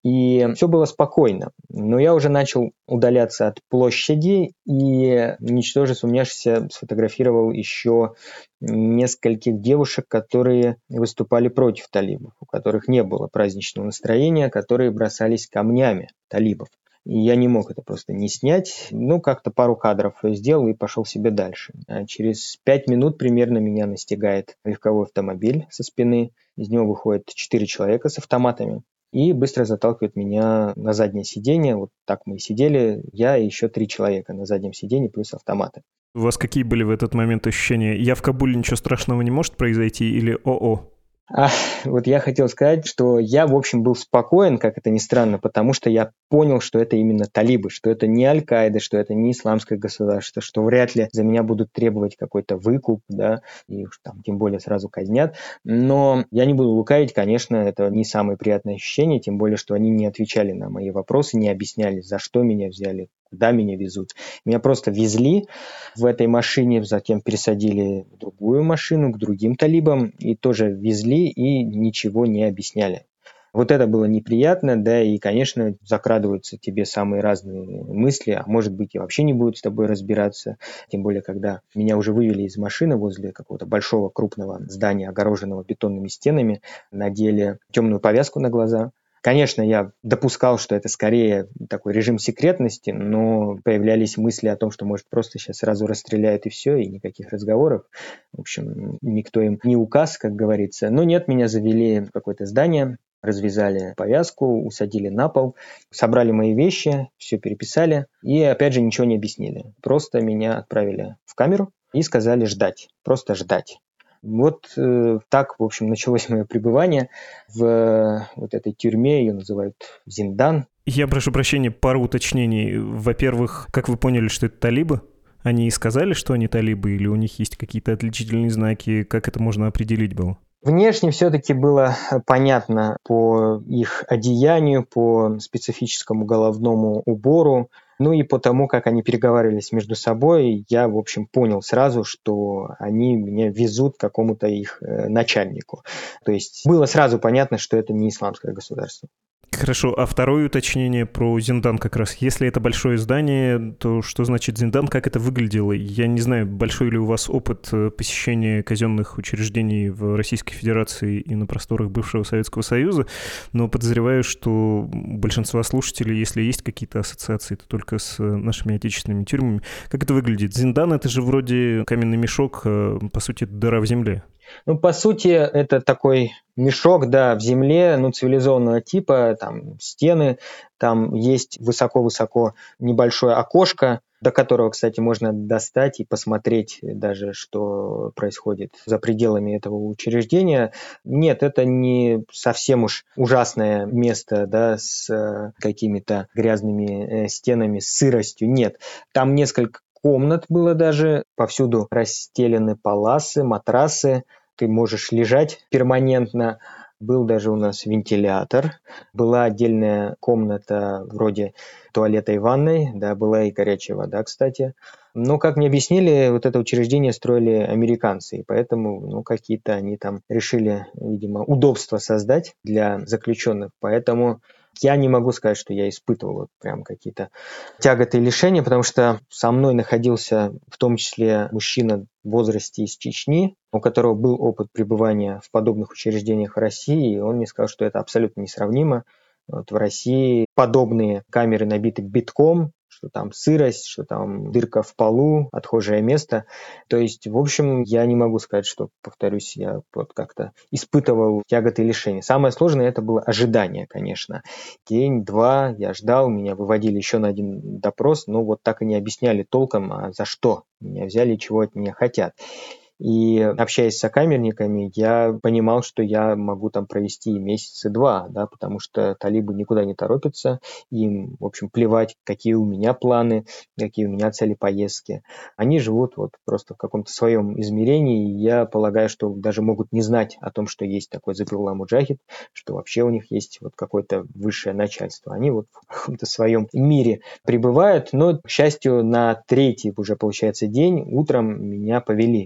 и все было спокойно. Но я уже начал удаляться от площади, и, ничтоже сумняшися, сфотографировал еще нескольких девушек, которые выступали против талибов, у которых не было праздничного настроения, которые бросались камнями талибов. И я не мог это просто не снять. Как-то пару кадров сделал и пошел себе дальше. А через 5 минут примерно меня настигает легковой автомобиль со спины. Из него выходит 4 человека с автоматами и быстро заталкивают меня на заднее сиденье. Вот так мы и сидели, я и еще 3 человека на заднем сиденье плюс автоматы. У вас какие были в этот момент ощущения? Я в Кабуле, ничего страшного не может произойти, или о-о? Вот я хотел сказать, что я, в общем, был спокоен, как это ни странно, потому что я понял, что это именно талибы, что это не Аль-Каида, что это не исламское государство, что вряд ли за меня будут требовать какой-то выкуп, да, и уж там тем более сразу казнят. Но я не буду лукавить, конечно, это не самое приятное ощущение, тем более, что они не отвечали на мои вопросы, не объясняли, за что меня взяли, куда меня везут. Меня просто везли в этой машине, затем пересадили в другую машину к другим талибам и тоже везли и ничего не объясняли. Вот это было неприятно, да, и, конечно, закрадываются тебе самые разные мысли, а может быть и вообще не будут с тобой разбираться, тем более, когда меня уже вывели из машины возле какого-то большого крупного здания, огороженного бетонными стенами, надели темную повязку на глаза. Конечно, я допускал, что это скорее такой режим секретности, но появлялись мысли о том, что, может, просто сейчас сразу расстреляют и все, и никаких разговоров. В общем, никто им не указ, как говорится. Но нет, меня завели в какое-то здание, развязали повязку, усадили на пол, собрали мои вещи, все переписали и, опять же, ничего не объяснили. Просто меня отправили в камеру и сказали ждать, просто ждать. Вот так, в общем, началось мое пребывание в вот этой тюрьме, ее называют Зиндан. Я прошу прощения, пару уточнений. Во-первых, как вы поняли, что это талибы? Они сказали, что они талибы, или у них есть какие-то отличительные знаки? Как это можно определить было? Внешне все-таки было понятно по их одеянию, по специфическому головному убору, и по тому, как они переговаривались между собой, я, в общем, понял сразу, что они меня везут к какому-то их начальнику. То есть было сразу понятно, что это не исламское государство. Хорошо, а второе уточнение про Зиндан как раз. Если это большое здание, то что значит Зиндан, как это выглядело? Я не знаю, большой ли у вас опыт посещения казенных учреждений в Российской Федерации и на просторах бывшего Советского Союза, но подозреваю, что у большинства слушателей, если есть какие-то ассоциации, то только с нашими отечественными тюрьмами. Как это выглядит? Зиндан — это же вроде каменный мешок, по сути, дыра в земле. По сути, это такой мешок, да, в земле, цивилизованного типа, там стены, там есть высоко-высоко небольшое окошко, до которого, кстати, можно достать и посмотреть даже, что происходит за пределами этого учреждения. Нет, это не совсем уж ужасное место, да, с какими-то грязными стенами, с сыростью. Нет, там несколько комнат было даже, повсюду расстелены паласы, матрасы, ты можешь лежать перманентно. Был даже у нас вентилятор, была отдельная комната вроде туалета и ванной, да, была и горячая вода, кстати. Но, как мне объяснили, вот это учреждение строили американцы, и поэтому, какие-то они там решили, видимо, удобства создать для заключенных, поэтому я не могу сказать, что я испытывал прям какие-то тяготы и лишения, потому что со мной находился в том числе мужчина в возрасте из Чечни, у которого был опыт пребывания в подобных учреждениях в России, и он мне сказал, что это абсолютно несравнимо. Вот в России подобные камеры набиты битком, что там сырость, что там дырка в полу, отхожее место. То есть, в общем, я не могу сказать, что, повторюсь, я вот как-то испытывал тяготы и лишения. Самое сложное это было ожидание, конечно. День-два я ждал, меня выводили еще на один допрос, но вот так и не объясняли толком, а за что меня взяли, чего от меня хотят. И общаясь с сокамерниками, я понимал, что я могу там провести месяца два, да, потому что талибы никуда не торопятся, им, в общем, плевать, какие у меня планы, какие у меня цели поездки. Они живут вот просто в каком-то своем измерении, и я полагаю, что даже могут не знать о том, что есть такой Забихуллах Муджахид, что вообще у них есть вот какое-то высшее начальство. Они вот в каком-то своем мире пребывают, но, к счастью, на третий уже, получается, день утром меня повели на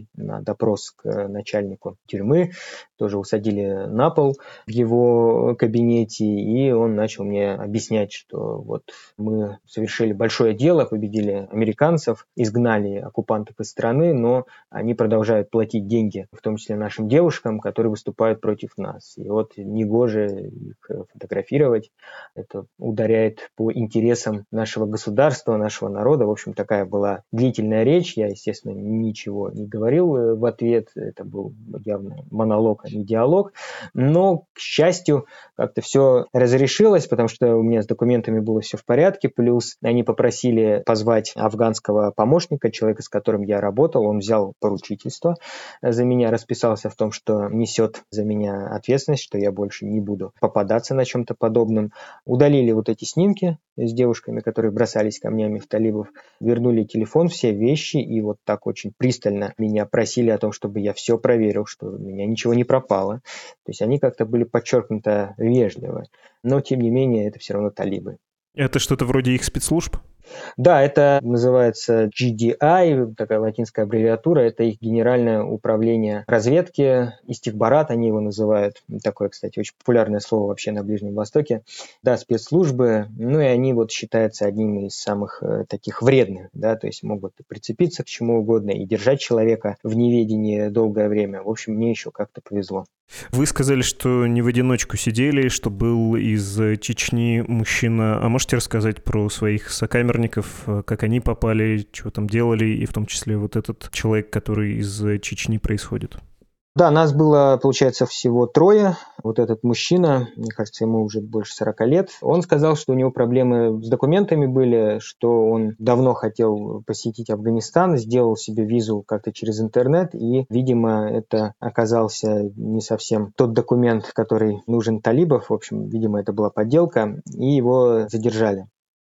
допрос к начальнику тюрьмы, тоже усадили на пол в его кабинете, и он начал мне объяснять, что вот мы совершили большое дело, победили американцев, изгнали оккупантов из страны, но они продолжают платить деньги, в том числе нашим девушкам, которые выступают против нас. И вот негоже их фотографировать, это ударяет по интересам нашего государства, нашего народа. В общем, такая была длительная речь. Я, естественно, ничего не говорил в ответ. Это был явно монолог, а не диалог. Но, к счастью, как-то все разрешилось, потому что у меня с документами было все в порядке. Плюс они попросили позвать афганского помощника, человека, с которым я работал. Он взял поручительство за меня, расписался в том, что несет за меня ответственность, что я больше не буду попадаться на чем-то подобном. Удалили вот эти снимки с девушками, которые бросались камнями в талибов, вернули телефон, все вещи, и вот так очень пристально меня просили о том, чтобы я все проверил, что у меня ничего не пропало. То есть они как-то были подчеркнуто вежливы. Но, тем не менее, это все равно талибы. Это что-то вроде их спецслужб? Да, это называется GDI, такая латинская аббревиатура, это их Генеральное управление разведки, истихбарат они его называют, такое, кстати, очень популярное слово вообще на Ближнем Востоке. Да, спецслужбы, ну и они вот считаются одним из самых таких вредных, да, то есть могут прицепиться к чему угодно и держать человека в неведении долгое время. В общем, мне еще как-то повезло. Вы сказали, что не в одиночку сидели, что был из Чечни мужчина. А можете рассказать про своих сокамерников, как они попали, что там делали, и в том числе вот этот человек, который из Чечни происходит? Да, нас было, получается, всего трое. Вот этот мужчина, мне кажется, ему уже больше 40 лет, он сказал, что у него проблемы с документами были, что он давно хотел посетить Афганистан, сделал себе визу как-то через интернет, и, видимо, это оказался не совсем тот документ, который нужен талибов. В общем, видимо, это была подделка, и его задержали.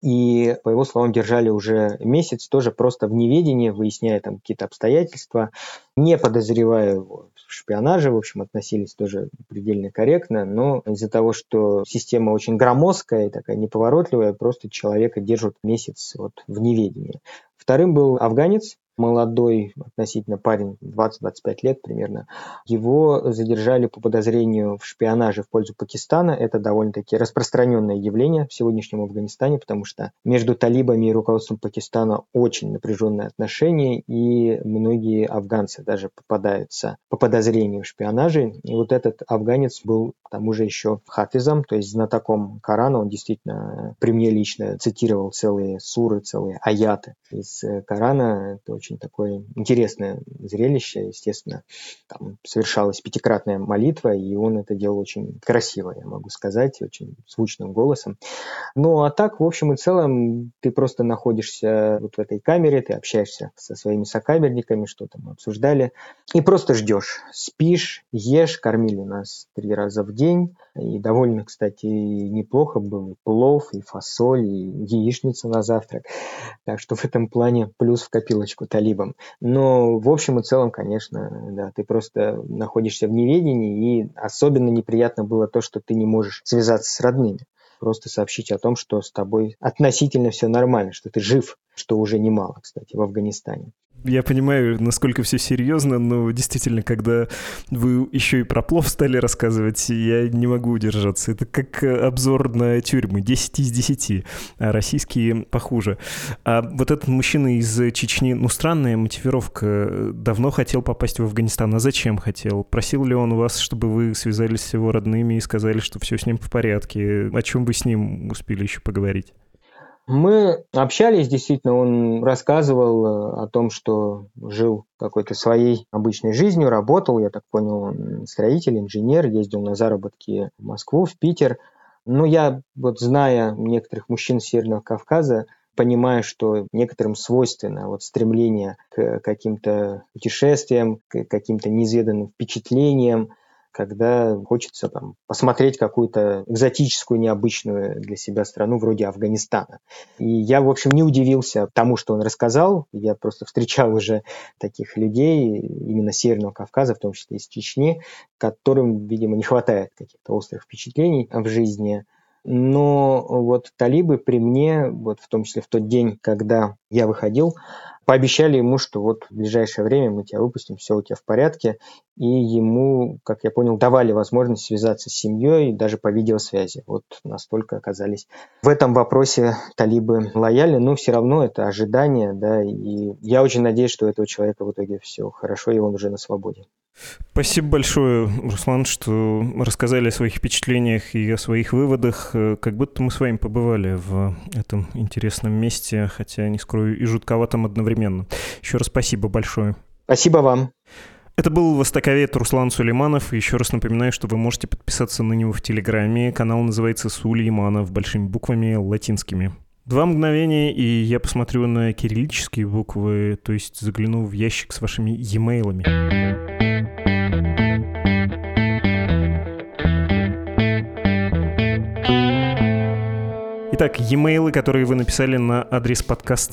И, по его словам, держали уже месяц, тоже просто в неведении, выясняя там какие-то обстоятельства, не подозревая его в шпионаже, в общем, относились тоже предельно корректно, но из-за того, что система очень громоздкая и такая неповоротливая, просто человека держат месяц вот в неведении. Вторым был афганец, молодой относительно парень, 20-25 лет примерно. Его задержали по подозрению в шпионаже в пользу Пакистана. Это довольно-таки распространенное явление в сегодняшнем Афганистане, потому что между талибами и руководством Пакистана очень напряженные отношения, и многие афганцы даже попадаются по подозрению в шпионаже. И вот этот афганец был к тому же еще хафизом, то есть знатоком Корана. Он действительно при мне лично цитировал целые суры, целые аяты из Корана. Это очень такое интересное зрелище, естественно. Там совершалась пятикратная молитва, и он это делал очень красиво, я могу сказать, очень звучным голосом. Ну, а так, в общем и целом, ты просто находишься вот в этой камере, ты общаешься со своими сокамерниками, что-то мы обсуждали, и просто ждешь. Спишь, ешь, кормили нас 3 раза в день, и довольно, кстати, неплохо был и плов, и фасоль, и яичница на завтрак. Так что в этом плане плюс в копилочку талибам. Но в общем и целом, конечно, да, ты просто находишься в неведении, и особенно неприятно было то, что ты не можешь связаться с родными. Просто сообщить о том, что с тобой относительно все нормально, что ты жив, что уже немало, кстати, в Афганистане. Я понимаю, насколько все серьезно, но действительно, когда вы еще и про плов стали рассказывать, я не могу удержаться. Это как обзор на тюрьмы. 10 из 10, а российские похуже. А вот этот мужчина из Чечни, ну, странная мотивировка. Давно хотел попасть в Афганистан. А зачем хотел? Просил ли он у вас, чтобы вы связались с его родными и сказали, что все с ним в порядке? О чем вы с ним успели еще поговорить? Мы общались, действительно, он рассказывал о том, что жил какой-то своей обычной жизнью, работал, я так понял, он строитель, инженер, ездил на заработки в Москву, в Питер. Но я, вот зная некоторых мужчин Северного Кавказа, понимаю, что некоторым свойственно вот стремление к каким-то путешествиям, к каким-то неизведанным впечатлениям, когда хочется там посмотреть какую-то экзотическую, необычную для себя страну вроде Афганистана. И я, в общем, не удивился тому, что он рассказал. Я просто встречал уже таких людей, именно Северного Кавказа, в том числе из Чечни, которым, видимо, не хватает каких-то острых впечатлений в жизни. Но вот талибы при мне, вот в том числе в тот день, когда я выходил пообещали ему, что вот в ближайшее время мы тебя выпустим, все у тебя в порядке. И ему, как я понял, давали возможность связаться с семьей, даже по видеосвязи. Вот настолько оказались в этом вопросе талибы лояльны, но все равно это ожидание, да, и я очень надеюсь, что у этого человека в итоге все хорошо, и он уже на свободе. Спасибо большое, Руслан, что рассказали о своих впечатлениях и о своих выводах. Как будто мы с вами побывали в этом интересном месте, хотя, не скрою, и жутковатом одновременно. Еще раз спасибо большое. Спасибо вам. Это был востоковед Руслан Сулейманов. Еще раз напоминаю, что вы можете подписаться на него в Телеграме. Канал называется Сулейманов большими буквами латинскими. 2 мгновения, и я посмотрю на кириллические буквы, то есть загляну в ящик с вашими e-mail'ами. Итак, e-mail'ы, которые вы написали на адрес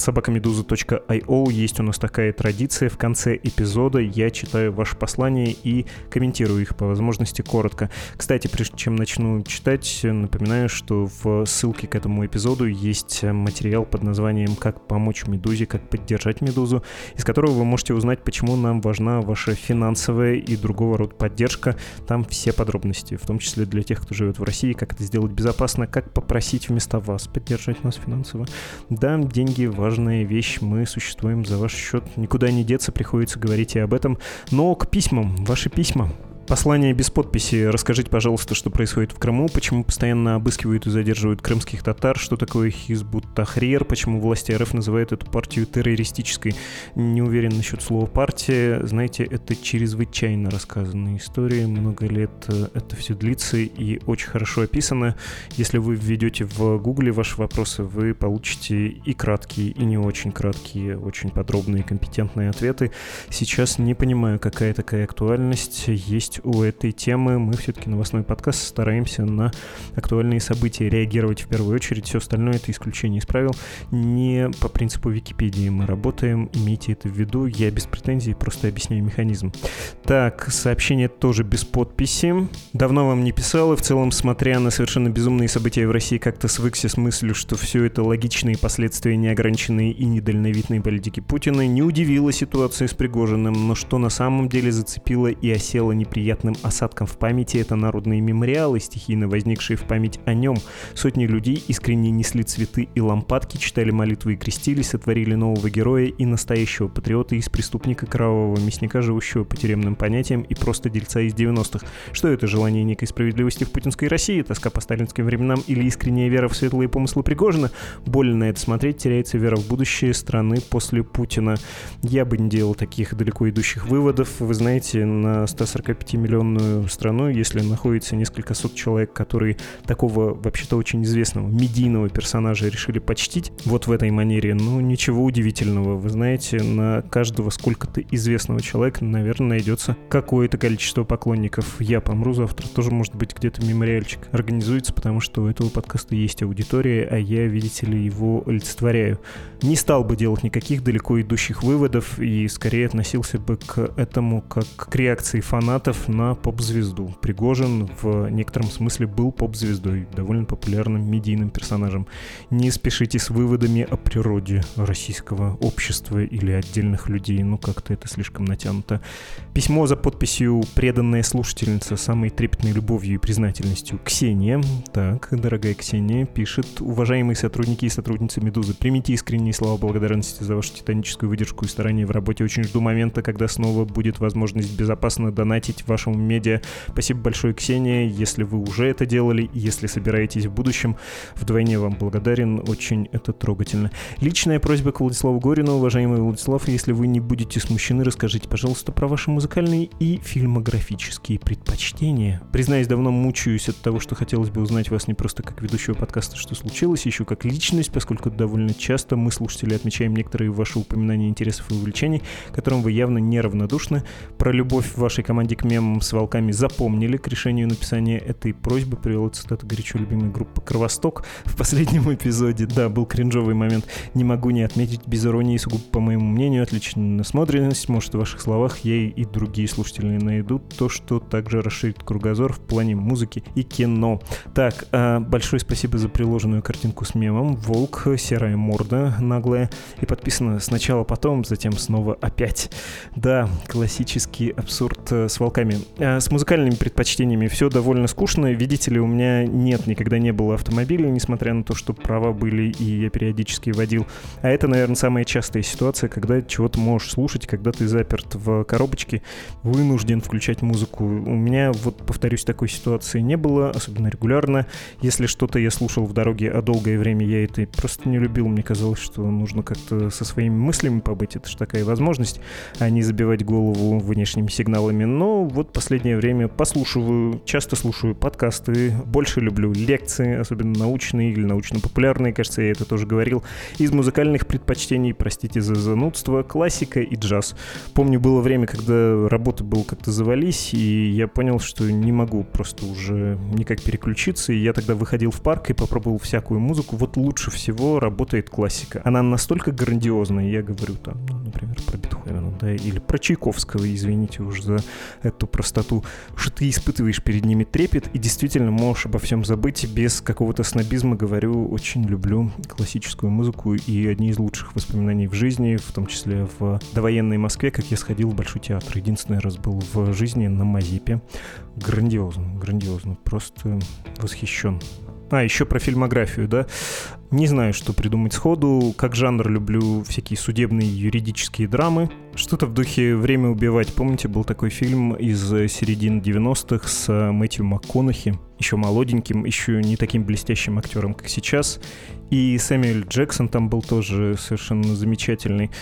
podcast@meduza.io. Есть у нас такая традиция. В конце эпизода я читаю ваши послания и комментирую их по возможности коротко. Кстати, прежде чем начну читать, напоминаю, что в ссылке к этому эпизоду есть материал под названием «Как помочь Медузе, как поддержать Медузу», из которого вы можете узнать, почему нам важна ваша финансовая и другого рода поддержка. Там все подробности, в том числе для тех, кто живет в России, как это сделать безопасно, как попросить вместо вас поддержать нас финансово. Да, деньги — важная вещь, мы существуем за ваш счет, никуда не деться, приходится говорить и об этом. Но к письмам, ваши письма. Послание без подписи. Расскажите, пожалуйста, что происходит в Крыму, почему постоянно обыскивают и задерживают крымских татар, что такое Хизб ут-Тахрир, почему власти РФ называют эту партию террористической. Не уверен насчет слова «партия». Знаете, это чрезвычайно рассказанная история. Много лет это все длится и очень хорошо описано. Если вы введете в Гугле ваши вопросы, вы получите и краткие, и не очень краткие, очень подробные, компетентные ответы. Сейчас не понимаю, какая такая актуальность есть у этой темы. Мы все-таки новостной подкаст, стараемся на актуальные события реагировать в первую очередь. Все остальное — это исключение из правил. Не по принципу Википедии мы работаем, имейте это в виду. Я без претензий, просто объясняю механизм. Так, сообщение тоже без подписи. Давно вам не писал, и в целом, смотря на совершенно безумные события в России, как-то свыкся с мыслью, что все это логичные последствия неограниченной и недальновидной политики Путина. Не удивила ситуация с Пригожиным, но что на самом деле зацепило и осело неприятным осадком в памяти — это народные мемориалы, стихийно возникшие в память о нем. Сотни людей искренне несли цветы и лампадки, читали молитвы и крестились, сотворили нового героя и настоящего патриота из преступника, кровавого мясника, живущего по тюремным понятиям, и просто дельца из 90-х. Что это, желание некой справедливости в путинской России, тоска по сталинским временам или искренняя вера в светлые помыслы Пригожина? Больно на это смотреть, теряется вера в будущее страны после Путина. Я бы не делал таких далеко идущих выводов. Вы знаете, на 145-миллионную страну, если находится несколько сот человек, которые такого вообще-то очень известного медийного персонажа решили почтить вот в этой манере, ну, ничего удивительного. Вы знаете, на каждого сколько-то известного человека, наверное, найдется какое-то количество поклонников. Я помру завтра, тоже, может быть, где-то мемориальчик организуется, потому что у этого подкаста есть аудитория, а я, видите ли, его олицетворяю. Не стал бы делать никаких далеко идущих выводов и скорее относился бы к этому как к реакции фанатов на поп-звезду. Пригожин в некотором смысле был поп-звездой, довольно популярным медийным персонажем. Не спешите с выводами о природе российского общества или отдельных людей, ну как-то это слишком натянуто. Письмо за подписью «Преданная слушательница самой трепетной любовью и признательностью» Ксения. Так, дорогая Ксения, пишет: «Уважаемые сотрудники и сотрудницы «Медузы», примите искренние слова благодарности за вашу титаническую выдержку и старания в работе. Очень жду момента, когда снова будет возможность безопасно донатить вашему медиа. Спасибо большое, Ксения. Если вы уже это делали, и если собираетесь в будущем, вдвойне вам благодарен. Очень это трогательно. Личная просьба к Владиславу Горину. Уважаемый Владислав, если вы не будете смущены, расскажите, пожалуйста, про ваши музыкальные и фильмографические предпочтения. Признаюсь, давно мучаюсь от того, что хотелось бы узнать вас не просто как ведущего подкаста «Что случилось?», еще как личность, поскольку довольно часто мы, слушатели, отмечаем некоторые ваши упоминания интересов и увлечений, которым вы явно неравнодушны. Про любовь в вашей команде к мемам мемом с волками запомнили. К решению написания этой просьбы привела цитата горячо любимой группы «Кровосток» в последнем эпизоде. Да, был кринжовый момент. Не могу не отметить без иронии, сугубо по моему мнению, отличная насмотренность. Может, в ваших словах я и другие слушатели найдут то, что также расширит кругозор в плане музыки и кино. Так, большое спасибо за приложенную картинку с мемом. Волк, серая морда наглая. И подписано сначала, потом, затем снова опять. Да, классический абсурд с волками. С музыкальными предпочтениями все довольно скучно. Видите ли, у меня никогда не было автомобиля, несмотря на то, что права были, и я периодически водил. А это, наверное, самая частая ситуация, когда чего-то можешь слушать, когда ты заперт в коробочке, вынужден включать музыку. У меня, повторюсь, такой ситуации не было, особенно регулярно. Если что-то я слушал в дороге, а долгое время я это просто не любил, мне казалось, что нужно как-то со своими мыслями побыть, это же такая возможность, а не забивать голову внешними сигналами. Но последнее время часто слушаю подкасты, больше люблю лекции, особенно научные или научно-популярные, кажется, я это тоже говорил. Из музыкальных предпочтений, простите за занудство, классика и джаз. Помню, было время, когда работы было как-то завались, и я понял, что не могу просто уже никак переключиться, и я тогда выходил в парк и попробовал всякую музыку. Лучше всего работает классика. Она настолько грандиозная, я говорю там, например, про Бетховена, да, или про Чайковского, извините уж за эту простоту, что ты испытываешь перед ними трепет и действительно можешь обо всем забыть без какого-то снобизма. Говорю, очень люблю классическую музыку, и одни из лучших воспоминаний в жизни, в том числе в довоенной Москве, как я сходил в Большой театр. Единственный раз был в жизни на Мазепе. Грандиозно, просто восхищен. Еще про фильмографию, да. Не знаю, что придумать сходу. Как жанр люблю всякие судебные юридические драмы. Что-то в духе «Время убивать». Помните, был такой фильм из середины 90-х с Мэтью МакКонахи, еще молоденьким, еще не таким блестящим актером, как сейчас. И Сэмюэл Джексон там был тоже совершенно замечательный.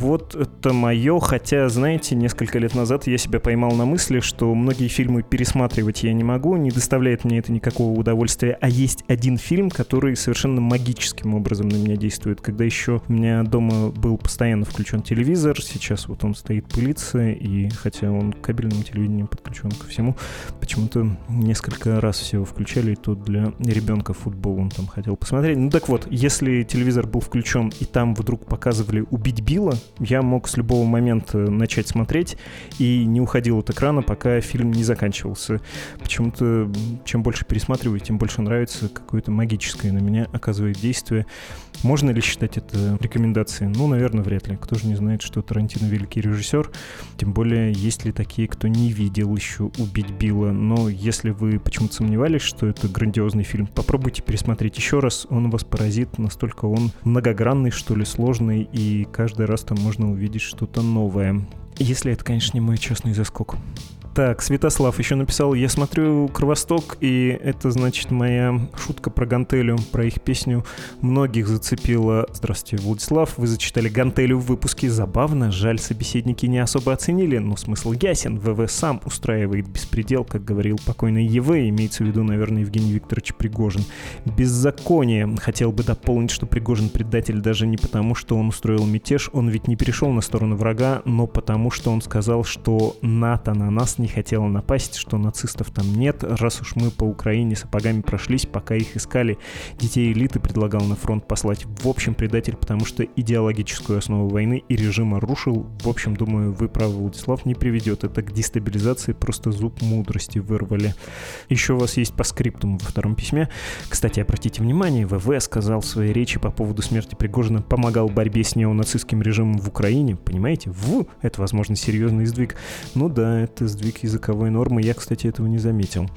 Это мое, хотя, знаете, несколько лет назад я себя поймал на мысли, что многие фильмы пересматривать я не могу, не доставляет мне это никакого удовольствия, а есть один фильм, который совершенно магическим образом на меня действует. Когда еще у меня дома был постоянно включен телевизор, сейчас он стоит пылиться, и хотя он к кабельному телевидению подключен ко всему, почему-то несколько раз всего включали, и то для ребенка футбол он там хотел посмотреть. Так вот, если телевизор был включен, и там вдруг показывали «Убить Билла», я мог с любого момента начать смотреть и не уходил от экрана, пока фильм не заканчивался. Почему-то, чем больше пересматриваю, тем больше нравится, какое-то магическое на меня оказывает действие. Можно ли считать это рекомендацией? Наверное, вряд ли. Кто же не знает, что Тарантино великий режиссер? Тем более, есть ли такие, кто не видел еще «Убить Билла». Но если вы почему-то сомневались, что это грандиозный фильм, попробуйте пересмотреть еще раз. Он вас поразит. Настолько он многогранный, что ли, сложный, и каждый раз там можно увидеть что-то новое. Если это, конечно, не мой частный заскок. Так, Святослав еще написал: я смотрю «Кровосток», и это, значит, моя шутка про гантелю, про их песню многих зацепила. Здравствуйте, Владислав, вы зачитали гантелю в выпуске. Забавно, жаль, собеседники не особо оценили, но смысл ясен. ВВ сам устраивает беспредел, как говорил покойный ЕВ, имеется в виду, наверное, Евгений Викторович Пригожин. Беззаконие. Хотел бы дополнить, что Пригожин предатель даже не потому, что он устроил мятеж, он ведь не перешел на сторону врага, но потому, что он сказал, что НАТО на нас не хотела напасть, что нацистов там нет, раз уж мы по Украине сапогами прошлись, пока их искали. Детей элиты предлагал на фронт послать. В общем, предатель, потому что идеологическую основу войны и режима рушил. В общем, думаю, вы правы, Владислав, не приведет это к дестабилизации, просто зуб мудрости вырвали. Еще у вас есть по скриптуму во втором письме. Кстати, обратите внимание, ВВ сказал в своей речи по поводу смерти Пригожина, помогал борьбе с неонацистским режимом в Украине. Понимаете? Это, возможно, серьезный сдвиг. Да, это сдвиг языковой нормы. Я, кстати, этого не заметил.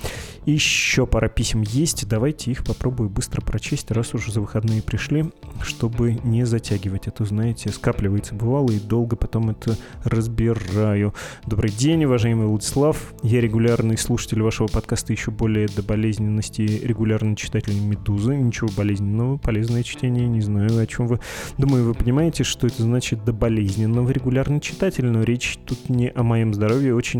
Еще пара писем есть. Давайте их попробую быстро прочесть, раз уже за выходные пришли, чтобы не затягивать. А то, знаете, скапливается бывало, и долго потом это разбираю. Добрый день, уважаемый Владислав. Я регулярный слушатель вашего подкаста, еще более до болезненности регулярный читатель «Медузы». Ничего болезненного, полезное чтение, не знаю, о чем вы. Думаю, вы понимаете, что это значит до болезненного регулярный читатель, но речь тут не о моем здоровье. Очень надеюсь,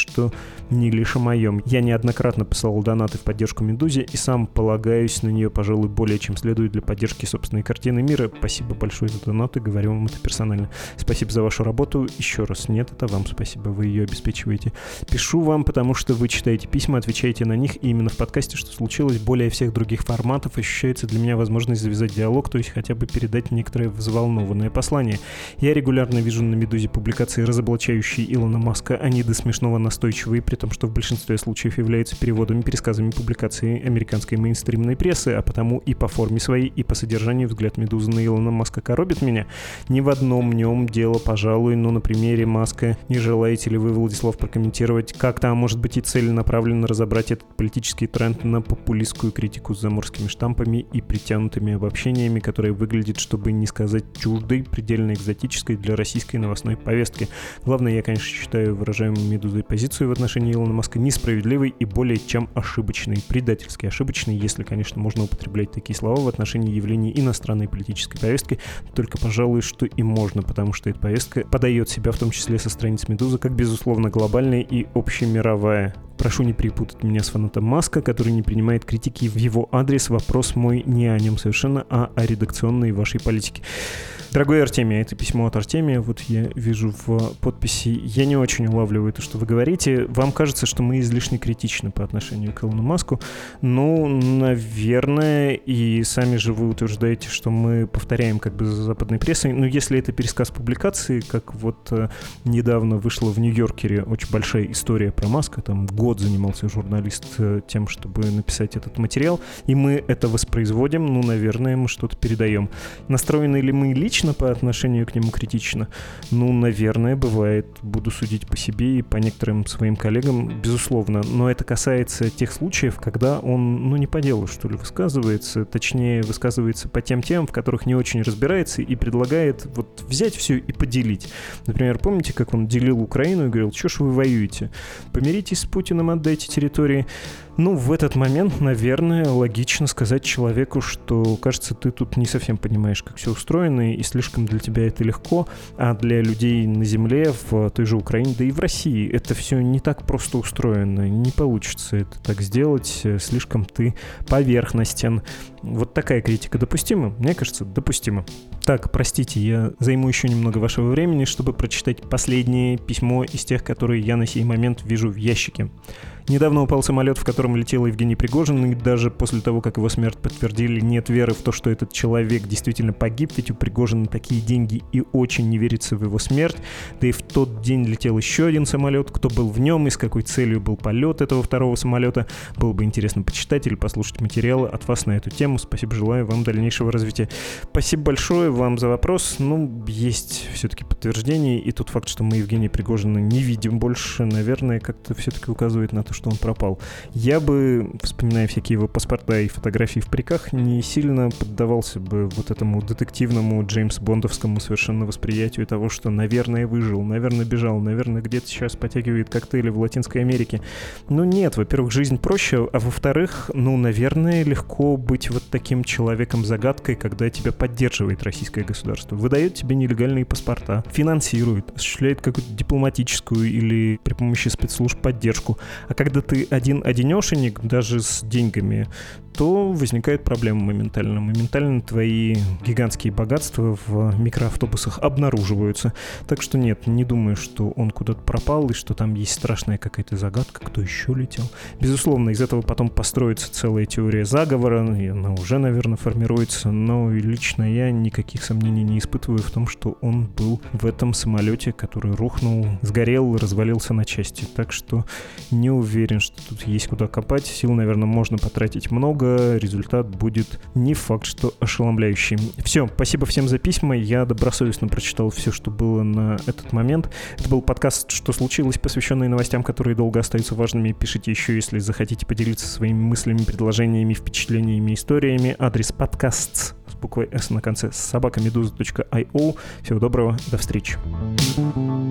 что не лишь о моем. Я неоднократно посылал донаты в поддержку «Медузе» и сам полагаюсь на нее, пожалуй, более чем следует для поддержки собственной картины мира. Спасибо большое за донаты, говорю вам это персонально. Спасибо за вашу работу. Еще раз, нет, это вам спасибо, вы ее обеспечиваете. Пишу вам, потому что вы читаете письма, отвечаете на них, и именно в подкасте «Что случилось» более всех других форматов ощущается для меня возможность завязать диалог, то есть хотя бы передать некоторое взволнованное послание. Я регулярно вижу на «Медузе» публикации, разоблачающие Илона Маска, они до смешного настойчивые, при том, что в большинстве случаев являются переводами, пересказами публикаций американской мейнстримной прессы, а потому и по форме своей, и по содержанию взгляд «Медузы» на Илона Маска коробит меня. Ни в одном нем дело, пожалуй, но на примере Маска не желаете ли вы, Владислав, прокомментировать, как там, может быть, и целенаправленно разобрать этот политический тренд на популистскую критику с заморскими штампами и притянутыми обобщениями, которая выглядит, чтобы не сказать чуждой, предельно экзотической для российской новостной повестки. Главное, я, конечно, считаю выражаемую «Медузой» позицию в отношении Илона Маска несправедливой и более чем ошибочной, предательски ошибочной, если, конечно, можно употреблять такие слова в отношении явлений иностранной политической повестки, только, пожалуй, что и можно, потому что эта повестка подает себя, в том числе со страниц «Медузы», как, безусловно, глобальная и общемировая. Прошу не перепутать меня с фанатом Маска, который не принимает критики в его адрес. Вопрос мой не о нем совершенно, а о редакционной вашей политике. Дорогой Артемий, это письмо от Артемия, вот я вижу в подписи, я не очень улавливаю то, что вы говорите. Вам кажется, что мы излишне критичны по отношению к Илону Маску? Ну, наверное, и сами же вы утверждаете, что мы повторяем как бы за западной прессой, но если это пересказ публикации, как вот недавно вышла в Нью-Йоркере очень большая история про Маска, там год занимался журналист тем, чтобы написать этот материал, и мы это воспроизводим, ну, наверное, мы что-то передаем. Настроены ли мы лично по отношению к нему критично? Ну, наверное, бывает. Буду судить по себе и по некоторым своим коллегам, безусловно. Но это касается тех случаев, когда он, ну, не по делу, что ли, высказывается. Точнее, высказывается по тем темам, в которых не очень разбирается и предлагает вот взять все и поделить. Например, помните, как он делил Украину и говорил, что ж вы воюете? Помиритесь с Путиным, отдайте территории. Ну, в этот момент, наверное, логично сказать человеку, что, кажется, ты тут не совсем понимаешь, как все устроено, и слишком для тебя это легко, а для людей на земле, в той же Украине, да и в России, это все не так просто устроено, не получится это так сделать, слишком ты поверхностен. Вот такая критика допустима? Мне кажется, допустима. Так, простите, я займу еще немного вашего времени, чтобы прочитать последнее письмо из тех, которые я на сей момент вижу в ящике. Недавно упал самолет, в котором летел Евгений Пригожин, и даже после того, как его смерть подтвердили, нет веры в то, что этот человек действительно погиб, ведь у Пригожина такие деньги и очень не верится в его смерть. Да и в тот день летел еще один самолет, кто был в нем и с какой целью был полет этого второго самолета. Было бы интересно почитать или послушать материалы от вас на эту тему. Спасибо, желаю вам дальнейшего развития. Спасибо большое вам за вопрос. Ну, есть все-таки подтверждение, и тот факт, что мы Евгения Пригожина не видим больше, наверное, как-то все-таки указывает на то, что он пропал. Я бы, вспоминая всякие его паспорта и фотографии в париках, не сильно поддавался бы вот этому детективному Джеймс-Бондовскому совершенно восприятию того, что, наверное, выжил, наверное, бежал, наверное, где-то сейчас потягивает коктейли в Латинской Америке. Ну нет, во-первых, жизнь проще, а во-вторых, ну, наверное, легко быть вот таким человеком-загадкой, когда тебя поддерживает российское государство, выдает тебе нелегальные паспорта, финансирует, осуществляет какую-то дипломатическую или при помощи спецслужб поддержку. А когда ты один-одинешенек, даже с деньгами, то возникает проблема моментально. Моментально твои гигантские богатства в микроавтобусах обнаруживаются. Так что нет, не думаю, что он куда-то пропал и что там есть страшная какая-то загадка, кто еще летел. Безусловно, из этого потом построится целая теория заговора, и она уже, наверное, формируется, но лично я никаких сомнений не испытываю в том, что он был в этом самолете, который рухнул, сгорел, развалился на части. Так что не уверен, что тут есть куда копать. Сил, наверное, можно потратить много, результат будет не факт, что ошеломляющий. Все, спасибо всем за письма. Я добросовестно прочитал все, что было на этот момент. Это был подкаст «Что случилось?», посвященный новостям, которые долго остаются важными. Пишите еще, если захотите поделиться своими мыслями, предложениями, впечатлениями, историями. Адрес подкаст с буквой «С» на конце собакамедуза.io. Всего доброго, до встречи.